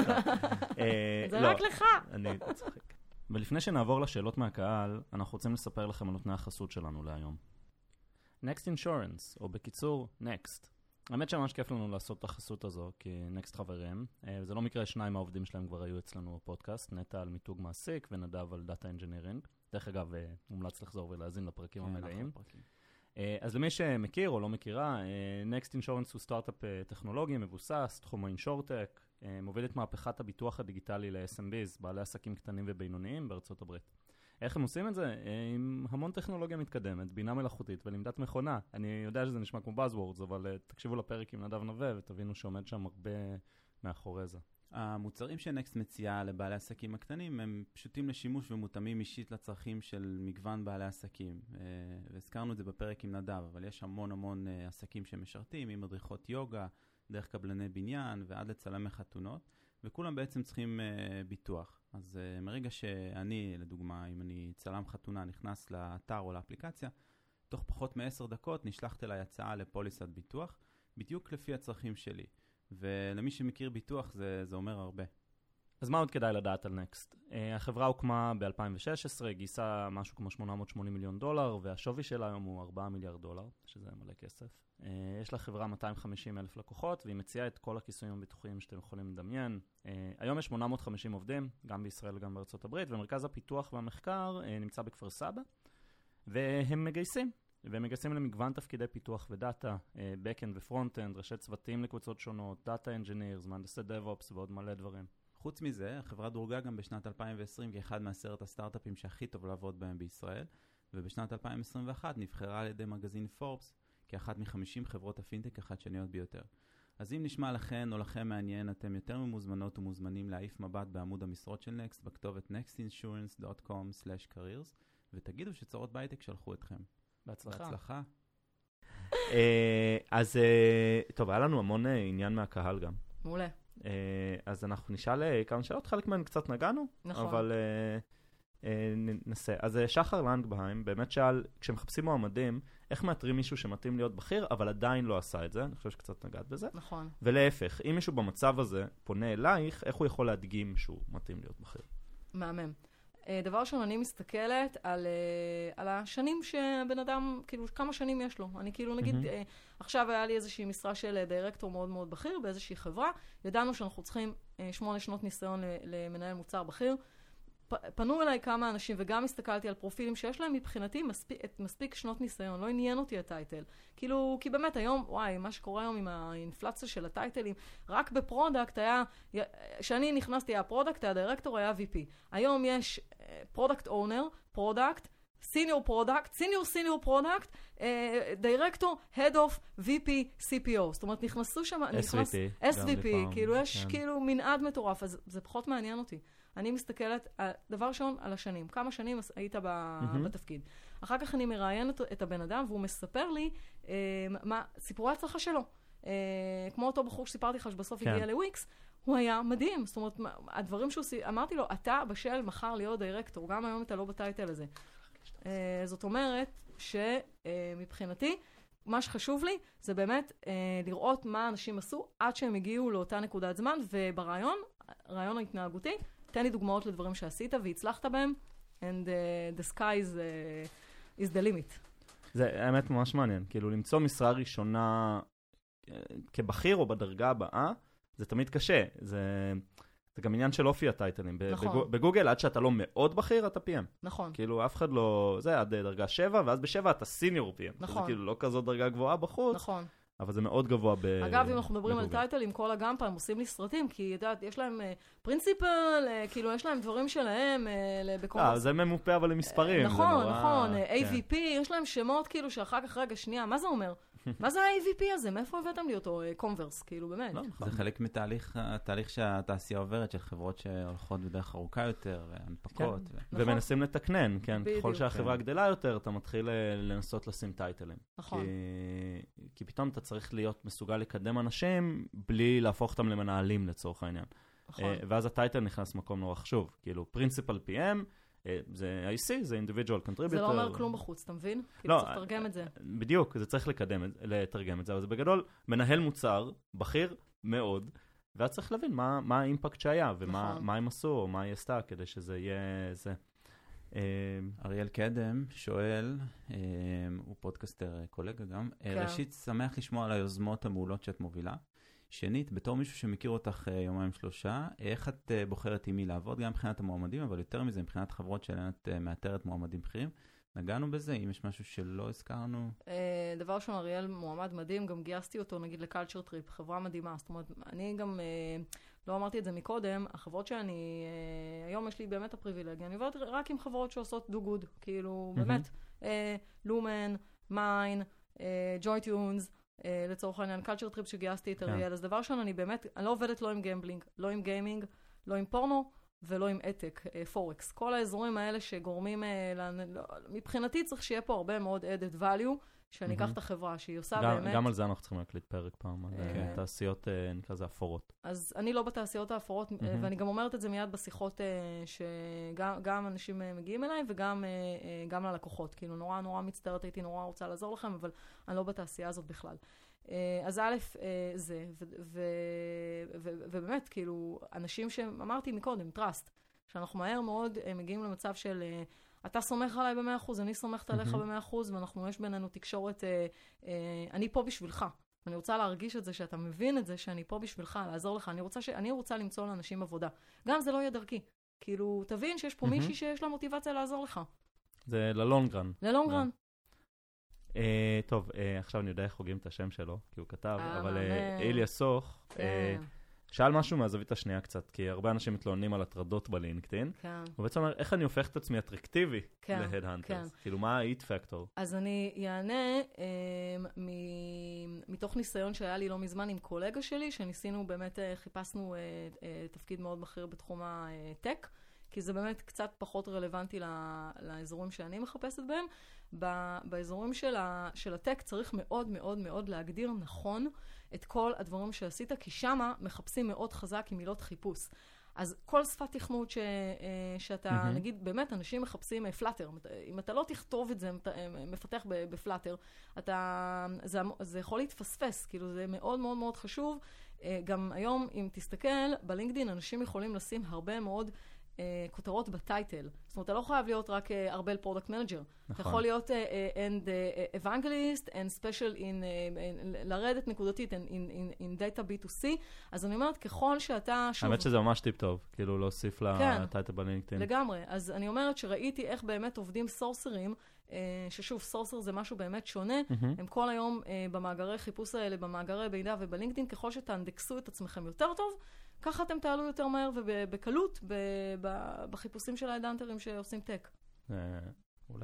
זה רק לך. אני צוחק. ולפני שנעבור לשאלות מהקהל, אנחנו רוצים לספר לכם על נותני החסות שלנו להיום. Next Insurance, או בקיצור, Next. האמת שממש כיף לנו לעשות את החסות הזו, כי Next חברים. זה לא מקרה, שניים העובדים שלהם כבר היו אצלנו בפודקאסט, נטע על מיתוג מעסיק ונדב על Data Engineering. דרך אגב, מומלץ לחזור ולהאזין לפרקים המלאים. אז למי שמכיר או לא מכירה, Next Insurance הוא סטארט-אפ טכנולוגי מבוסס, תחום האינשורטק, מוביל את מהפכת הביטוח הדיגיטלי ל-SMBs, בעלי עסקים קטנים ובינוניים בארצות הברית. איך הם עושים את זה? עם המון טכנולוגיה מתקדמת, בינה מלאכותית ולמדת מכונה. אני יודע שזה נשמע כמו Buzzwords, אבל תקשיבו לפרק עם נדב נווה ותבינו שעומד שם הרבה מאחורי זה. המוצרים שנקסט מציעה לבעלי עסקים הקטנים הם פשוטים לשימוש ומותאמים אישית לצרכים של מגוון בעלי עסקים. והזכרנו את זה בפרק עם נדב, אבל יש המון עסקים שמשרתים עם מדריכות יוגה, דרך קבלני בניין ועד לצלמי חתונות, וכולם בעצם צריכים ביטוח. אז מרגע שאני, לדוגמה, אם אני צלם חתונה, נכנס לאתר או לאפליקציה, תוך פחות מ10 דקות נשלחת אליי הצעה לפוליסת ביטוח, בדיוק לפי הצרכים שלי. ולמי שמכיר ביטוח זה אומר הרבה. אז מה עוד כדאי לדעת על נקסט? החברה הוקמה ב-2016, גייסה משהו כמו $880 מיליון, והשווי שלה היום הוא $4 מיליארד, שזה מלא כסף. יש לחברה 250,000 לקוחות, והיא מציעה את כל הכיסויים הביטוחיים שאתם יכולים לדמיין. היום יש 850 עובדים, גם בישראל וגם בארצות הברית, ומרכז הפיתוח והמחקר נמצא בכפר סבא, והם מגייסים למגוון תפקידי פיתוח ודאטה, back-end ו-front-end, ראשי צוותים לקבוצות שונות, data engineers, מהנדסי DevOps ועוד מלא דברים. חוץ מזה, החברה דורגה גם בשנת 2020 כאחד מ10 הסטארט-אפים שהכי טוב לעבוד בהם בישראל, ובשנת 2021 נבחרה על ידי מגזין פורבס כאחת מ50 חברות הפינטק החדשניות ביותר. אז אם נשמע לכן או לכם מעניין, אתם יותר ממוזמנות ומוזמנים להעיף מבט בעמוד המשרות של נקסט, בכתובת nextinsurance.com/careers, ותגידו שצרות בהייטק שלחו אתכם. בהצלחה. אז טוב, היה לנו המון עניין מהקהל גם. מעולה. אז אנחנו נשאל כמה שאלות, חלק מהן קצת נגענו, נכון. אבל ננסה. אז שחר לנגבהיים באמת שאל, כשמחפשים מועמדים, איך מאתרים מישהו שמתאים להיות בכיר, אבל עדיין לא עשה את זה? אני חושב שקצת נגעת בזה. נכון. ולהפך, אם מישהו במצב הזה פונה אלייך, איך הוא יכול להדגים שהוא מתאים להיות בכיר? מהמם. דבר ראשון, אני מסתכלת על השנים שבן אדם, כאילו כמה שנים יש לו. אני כאילו נגיד, עכשיו היה לי איזושהי משרה של דירקטור מאוד מאוד בכיר באיזושהי חברה, ידענו שאנחנו צריכים 8 שנות ניסיון למנהל מוצר בכיר. פנו אליי כמה אנשים וגם הסתכלתי על פרופילים שיש להם מבחינתי מספיק שנות ניסיון, לא עניין אותי הטייטל. כאילו, כי באמת היום, וואי, מה שקורה היום עם האינפלציה של הטייטלים, רק בפרודקט היה, כשאני נכנסתי הפרודקט, הדירקטור היה VP. היום יש פרודקט אונר, פרודקט, סיניור פרודקט, סיניור פרודקט, דירקטור, head of VP CPO. זאת אומרת, נכנסו שם, SVP, כאילו יש כאילו מנעד מטורף, אז זה פחות מעניין אותי. אני מסתכלת, דבר ראשון, על השנים. כמה שנים היית בתפקיד. אחר כך אני מראיינת את הבן אדם, והוא מספר לי מה סיפורי ההצלחה שלו. כמו אותו בחור שסיפרתי לך שבסוף הגיע לוויקס, הוא היה מדהים. זאת אומרת, הדברים שהוא אמרתי לו, אתה בשל מחר להיות דירקטור, גם היום אתה לא בטייטל הזה. זאת אומרת שמבחינתי, מה שחשוב לי זה באמת לראות מה אנשים עשו עד שהם הגיעו לאותה נקודת זמן, וברעיון, רעיון ההתנהגותי, תן לי דוגמאות לדברים שעשית והצלחת בהם, and the sky is the limit. זה האמת ממש מעניין, כאילו למצוא משרה ראשונה כבכיר או בדרגה הבאה, זה תמיד קשה, זה גם עניין של אופי הטייטלים. נכון. בגוגל עד שאתה לא מאוד בכיר אתה PM. נכון. כאילו אף אחד לא, זה עד דרגה 7, ואז ב7 אתה סיניור PM. נכון. זה כאילו לא כזאת דרגה גבוהה בחוץ. נכון. אבל זה מאוד גבוה אגב, אם אנחנו מדברים על טייטלים, כל הגמפה, הם עושים לי סרטים, כי יודעת, יש להם פרינסיפל, כאילו יש להם דברים שלהם זה ממופה אבל למספרים. נכון, נכון, AVP, יש להם שמות כאילו שאחר כך רגע שנייה, מה זה אומר? מה זה ה-AVP הזה? מאיפה הבאתם לי אותו? קונברס, כאילו באמת. זה חלק מתהליך שהתעשייה עוברת, של חברות שהולכות בדרך ארוכה יותר, הנפקות. ומנסים לתקנן, כן? ככל שהחברה גדלה יותר, אתה מתחיל לנסות לשים טייטלים. נכון. כי פתאום אתה צריך להיות מסוגל לקדם אנשים, בלי להפוך אותם למנהלים לצורך העניין. נכון. ואז הטייטל נכנס מקום נורא חשוב. כאילו, פרינסיפל PM, זה IC, זה individual contributor. זה לא אומר כלום בחוץ, אתה מבין? כאילו צריך לתרגם את זה. בדיוק, זה צריך לתרגם את זה, אבל זה בגדול מנהל מוצר, בכיר מאוד, ואז צריך להבין מה האימפקט שהיה, ומה הם עשו, או מה היא עשתה, כדי שזה יהיה זה. אריאל קדם שואל, הוא פודקאסטר קולגה גם, ראשית, שמח לשמוע על היוזמות המעולות שאת מובילה. שנית, בתור מישהו שמכיר אותך 2-3, איך את בוחרת עם מי לעבוד, גם מבחינת המועמדים, אבל יותר מזה, מבחינת חברות שלהן את מאתרת מועמדים בכירים? נגענו בזה, אם יש משהו שלא הזכרנו? דבר ראשון, אריאל מועמד מדהים, גם גייסתי אותו, נגיד, לקלצ'ר טריפ, חברה מדהימה. זאת אומרת, אני גם, לא אמרתי את זה מקודם, החברות שאני, היום יש לי באמת הפריבילגיה, אני עובדת רק עם חברות שעושות do good, כאילו, באמת, לומן, מיין, ג'וי טיונס, לצורך העניין, קלצ'ר טריפ שגייסתי את אריאל, אז דבר ראשון, אני באמת, אני לא עובדת לא עם גמבלינג, לא עם גיימינג, לא עם פורנו, ולא עם אתק, פורקס. כל האזורים האלה שגורמים, מבחינתי צריך שיהיה פה הרבה מאוד added value, שאני אקח את החברה, שהיא עושה באמת... גם על זה אנחנו צריכים להקליט פרק פעם, על תעשיות, נקרא זה אפורות. אז אני לא בתעשיות האפורות, ואני גם אומרת את זה מיד בשיחות שגם אנשים מגיעים אליי, וגם ללקוחות. כאילו, נורא מצטערת, הייתי נורא רוצה לעזור לכם, אבל אני לא בתעשייה הזאת בכלל. אז א', זה, ובאמת, כאילו, אנשים שאמרתי מקודם, trust, שאנחנו מהר מאוד מגיעים למצב של... אתה סומך עליי ב100%, אני סומכת עליך ב100%, ואנחנו, יש בינינו תקשורת, אני פה בשבילך. אני רוצה להרגיש את זה, שאתה מבין את זה, שאני פה בשבילך, לעזור לך. אני רוצה למצוא לאנשים עבודה. גם זה לא יהיה דרכי. כאילו, תבין שיש פה מישהי שיש לה מוטיבציה לעזור לך. זה ללונגרן. ללונגרן. טוב, עכשיו אני יודע איך חוגים את השם שלו, כי הוא כתב, אבל איליה סוך, שאל משהו מהזווית השנייה קצת, כי הרבה אנשים מתלוננים על הטרדות בלינקדאין. כן. הוא בעצם אומר, איך אני הופך את עצמי אטרקטיבי להדהנטרס? כאילו, מה ה-It Factor? אז אני יענה מתוך ניסיון שהיה לי לא מזמן עם קולגה שלי, שניסינו באמת, חיפשנו תפקיד מאוד בכיר בתחום הטק, כי זה באמת קצת פחות רלוונטי לאזורים שאני מחפשת בהם. באזורים של הטק צריך מאוד מאוד מאוד להגדיר נכון את כל הדברים שעשית, כי שמה מחפשים מאוד חזק עם מילות חיפוש. אז כל שפת תכנות שאתה, נגיד, באמת אנשים מחפשים פלאטר. אם אתה לא תכתוב את זה, מפתח בפלאטר, זה יכול להתפספס. כאילו, זה מאוד מאוד מאוד חשוב. גם היום, אם תסתכל, בלינקדין אנשים יכולים לשים הרבה מאוד כותרות בטייטל. זאת אומרת, אתה לא חייב להיות רק ארבל פרודקט מנג'ר. אתה יכול להיות and evangelist and special in, לרדת נקודתית in data B2C. אז אני אומרת, ככל שאתה שוב... האמת שזה ממש טיפ טוב, כאילו להוסיף לטייטל בלינקדאין. לגמרי. אז אני אומרת שראיתי איך באמת עובדים סורסרים, ששוב, סורסר זה משהו באמת שונה. הם כל היום במאגרי חיפוש האלה, במאגרי מידע ובלינקדאין, ככל שתאנדקסו את עצמכם יותר טוב, ככה אתם תעלו יותר מהר ובקלות בחיפושים של ההדהנטרים שעושים טק. אולי.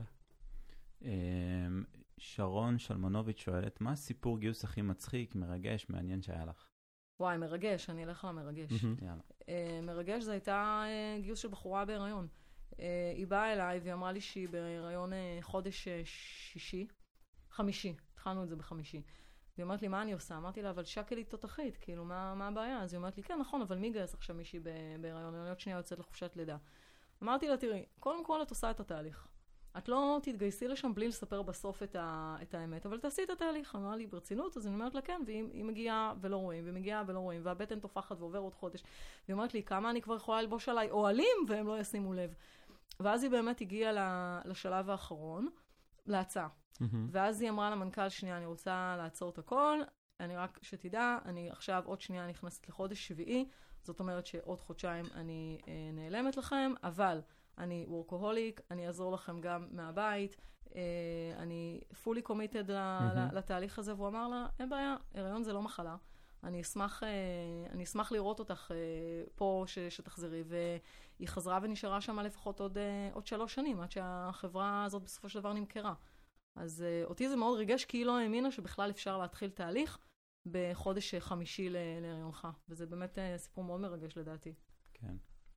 שרון שלמנוביץ' שואלת, מה הסיפור גיוס הכי מצחיק, מרגש, מעניין שהיה לך? וואי, מרגש, אני אלך למרגש. מרגש זה הייתה גיוס של בחורה בהיריון. היא באה אליי והיא אמרה לי שהיא בהיריון חודש חמישי. התחלנו את זה בחמישי. והיא אומרת לי, מה אני עושה? אמרתי לה, אבל שקלי תותחית, כאילו, מה הבעיה? אז היא אומרת לי, כן, נכון, אבל מי גייס עכשיו מישהי בהיריון? אני עוד שנייה יוצאת לחופשת לידה. אמרתי לה, תראי, קודם כל את עושה את התהליך. את לא תתגייסי לשם בלי לספר בסוף את האמת, אבל תעשי את התהליך. אמרה לי, ברצינות, אז אני אומרת לה, כן, והיא מגיעה ולא רואים, והיא מגיעה ולא רואים, והבטן תופחת ועובר עוד חודש. והיא אומרת לי, כמה אני כבר יכולה ללבוש עליי אוהלים, והם לא ישימו לב. ואז היא באמת הגיעה לשלב האחרון, להצעה. ואז היא אמרה למנכ"ל, שנייה, אני רוצה לעצור את הכל, אני רק שתדע, אני עכשיו עוד שנייה נכנסת לחודש שביעי, זאת אומרת שעוד חודשיים אני נעלמת לכם, אבל אני וורקוהוליק, אני אעזור לכם גם מהבית, אני fully committed לתהליך הזה, והוא אמר לה, אין בעיה, הריון זה לא מחלה, אני אשמח לראות אותך פה שתחזרי, והיא חזרה ונשארה שם לפחות עוד 3 שנים, עד שהחברה הזאת בסופו של דבר נמכרה. אז אותי זה מאוד ריגש, כי היא לא האמינה שבכלל אפשר להתחיל תהליך בחודש חמישי להריונך. וזה באמת סיפור מאוד מרגש לדעתי. כן.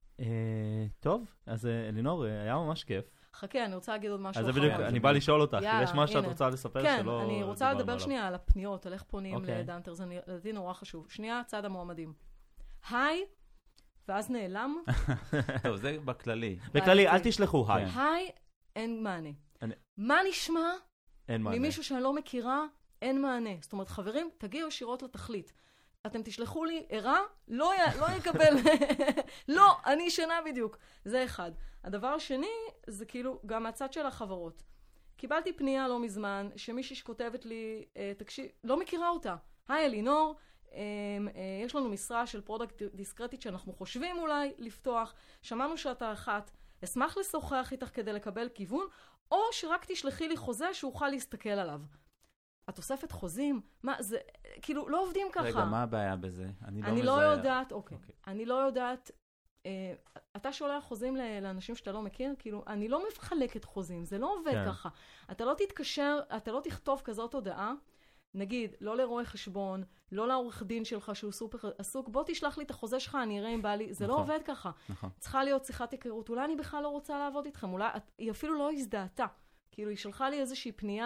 טוב, אז אלינור, היה ממש כיף. חכה, אני רוצה להגיד עוד משהו. אז זה בדיוק, אני בא לשאול אותך, יש משהו שאת רוצה לספר שלא... כן, אני רוצה לדבר שנייה על הפניות, על איך פונים לדנטר, זה לדעתי נורא חשוב. שנייה, צד המועמדים. היי, ואז נעלם. טוב, זה בכללי. בכללי, אל תשלחו היי. היי, אין מענה. מה נשמע? אין מענה. ממישהו שאני לא מכירה, אין מענה. זאת אומרת, חברים, תגיעו ישירות לתכלית. אתם תשלחו לי ערה, לא יקבל. לא, אני ישנה בדיוק. זה אחד. הדבר השני, זה כאילו גם מהצד של החברות. קיבלתי פנייה לא מזמן, שמישהי שכותבת לי, תקשיב, לא מכירה אותה. היי אלינור, יש לנו משרה של פרודקט דיסקרטית שאנחנו חושבים אולי לפתוח. שמענו שאתה אחת. אשמח לשוחח איתך כדי לקבל כיוון, או שרק תשלחי לי חוזה שאוכל להסתכל עליו. התוספת חוזים, מה, זה, כאילו, לא עובדים ככה. רגע, מה הבעיה בזה? אני לא יודעת, אוקיי. אני לא יודעת, אתה שולח חוזים לאנשים שאתה לא מכיר, כאילו, אני לא מחלקת חוזים, זה לא עובד ככה. אתה לא תתקשר, אתה לא תכתוב כזאת הודעה, נגיד, לא לרואה חשבון, לא לעורך דין שלך שהוא סופר עסוק, בוא תשלח לי את החוזה שלך, אני אראה אם בא לי, זה לא עובד ככה. צריכה להיות שיחת היכרות, אולי אני בכלל לא רוצה לעבוד איתכם, אולי היא אפילו לא הזדהתה. כאילו, היא שלחה לי איזושהי פנייה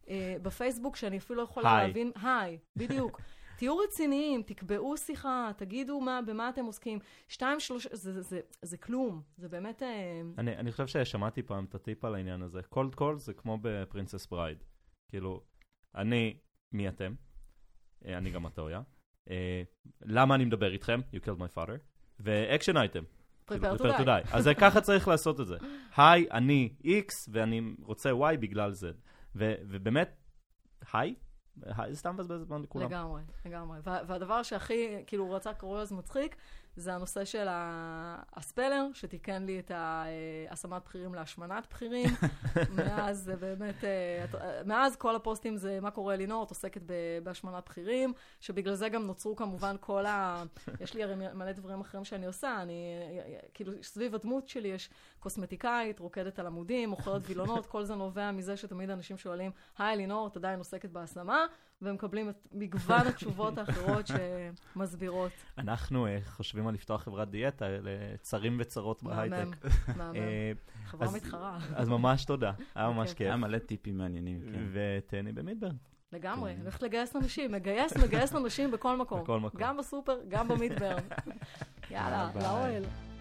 בפייסבוק, שאני אפילו לא יכולה להבין, היי, בדיוק. תהיו רציניים, תקבעו שיחה, תגידו במה אתם עוסקים. 2, 3, זה כלום. זה באמת... אני חושב ששמעתי פעם את הטיפ על העניין הזה. קולד קול זה כמו בפרינסס ברייד. כאילו, מי אתם? אני גם הטויה. למה אני מדבר איתכם? You killed my father. ו-action item. Prepare to die. אז ככה צריך לעשות את זה. היי, אני X ואני רוצה Y בגלל Z. ובאמת, היי? זה סתם בזבז זמן לכולם. לגמרי. והדבר שהכי, כאילו, רצה קוריוז מצחיק, זה הנושא של הספלר, שתיקן לי את השמת בכירים להשמנת בכירים. מאז זה באמת, מאז כל הפוסטים זה מה קורה אלינור, את עוסקת בהשמנת בכירים, שבגלל זה גם נוצרו כמובן יש לי הרי מלא דברים אחרים שאני עושה, כאילו, סביב הדמות שלי יש קוסמטיקאית, רוקדת על עמודים, מוכרת וילונות, כל זה נובע מזה שתמיד אנשים שואלים, היי אלינור, את עדיין עוסקת בהשמה, והם מקבלים את מגוון התשובות האחרות שמסבירות. אנחנו חושבים על לפתוח חברת דיאטה לצרים וצרות בהייטק. מאמן. חברה מתחרה. אז ממש תודה. היה ממש כיף. היה מלא טיפים מעניינים. ותהני במידברן. לגמרי. הולכת לגייס אנשים. מגייס אנשים בכל מקום. גם בסופר, גם במידברן. יאללה, לאוהל.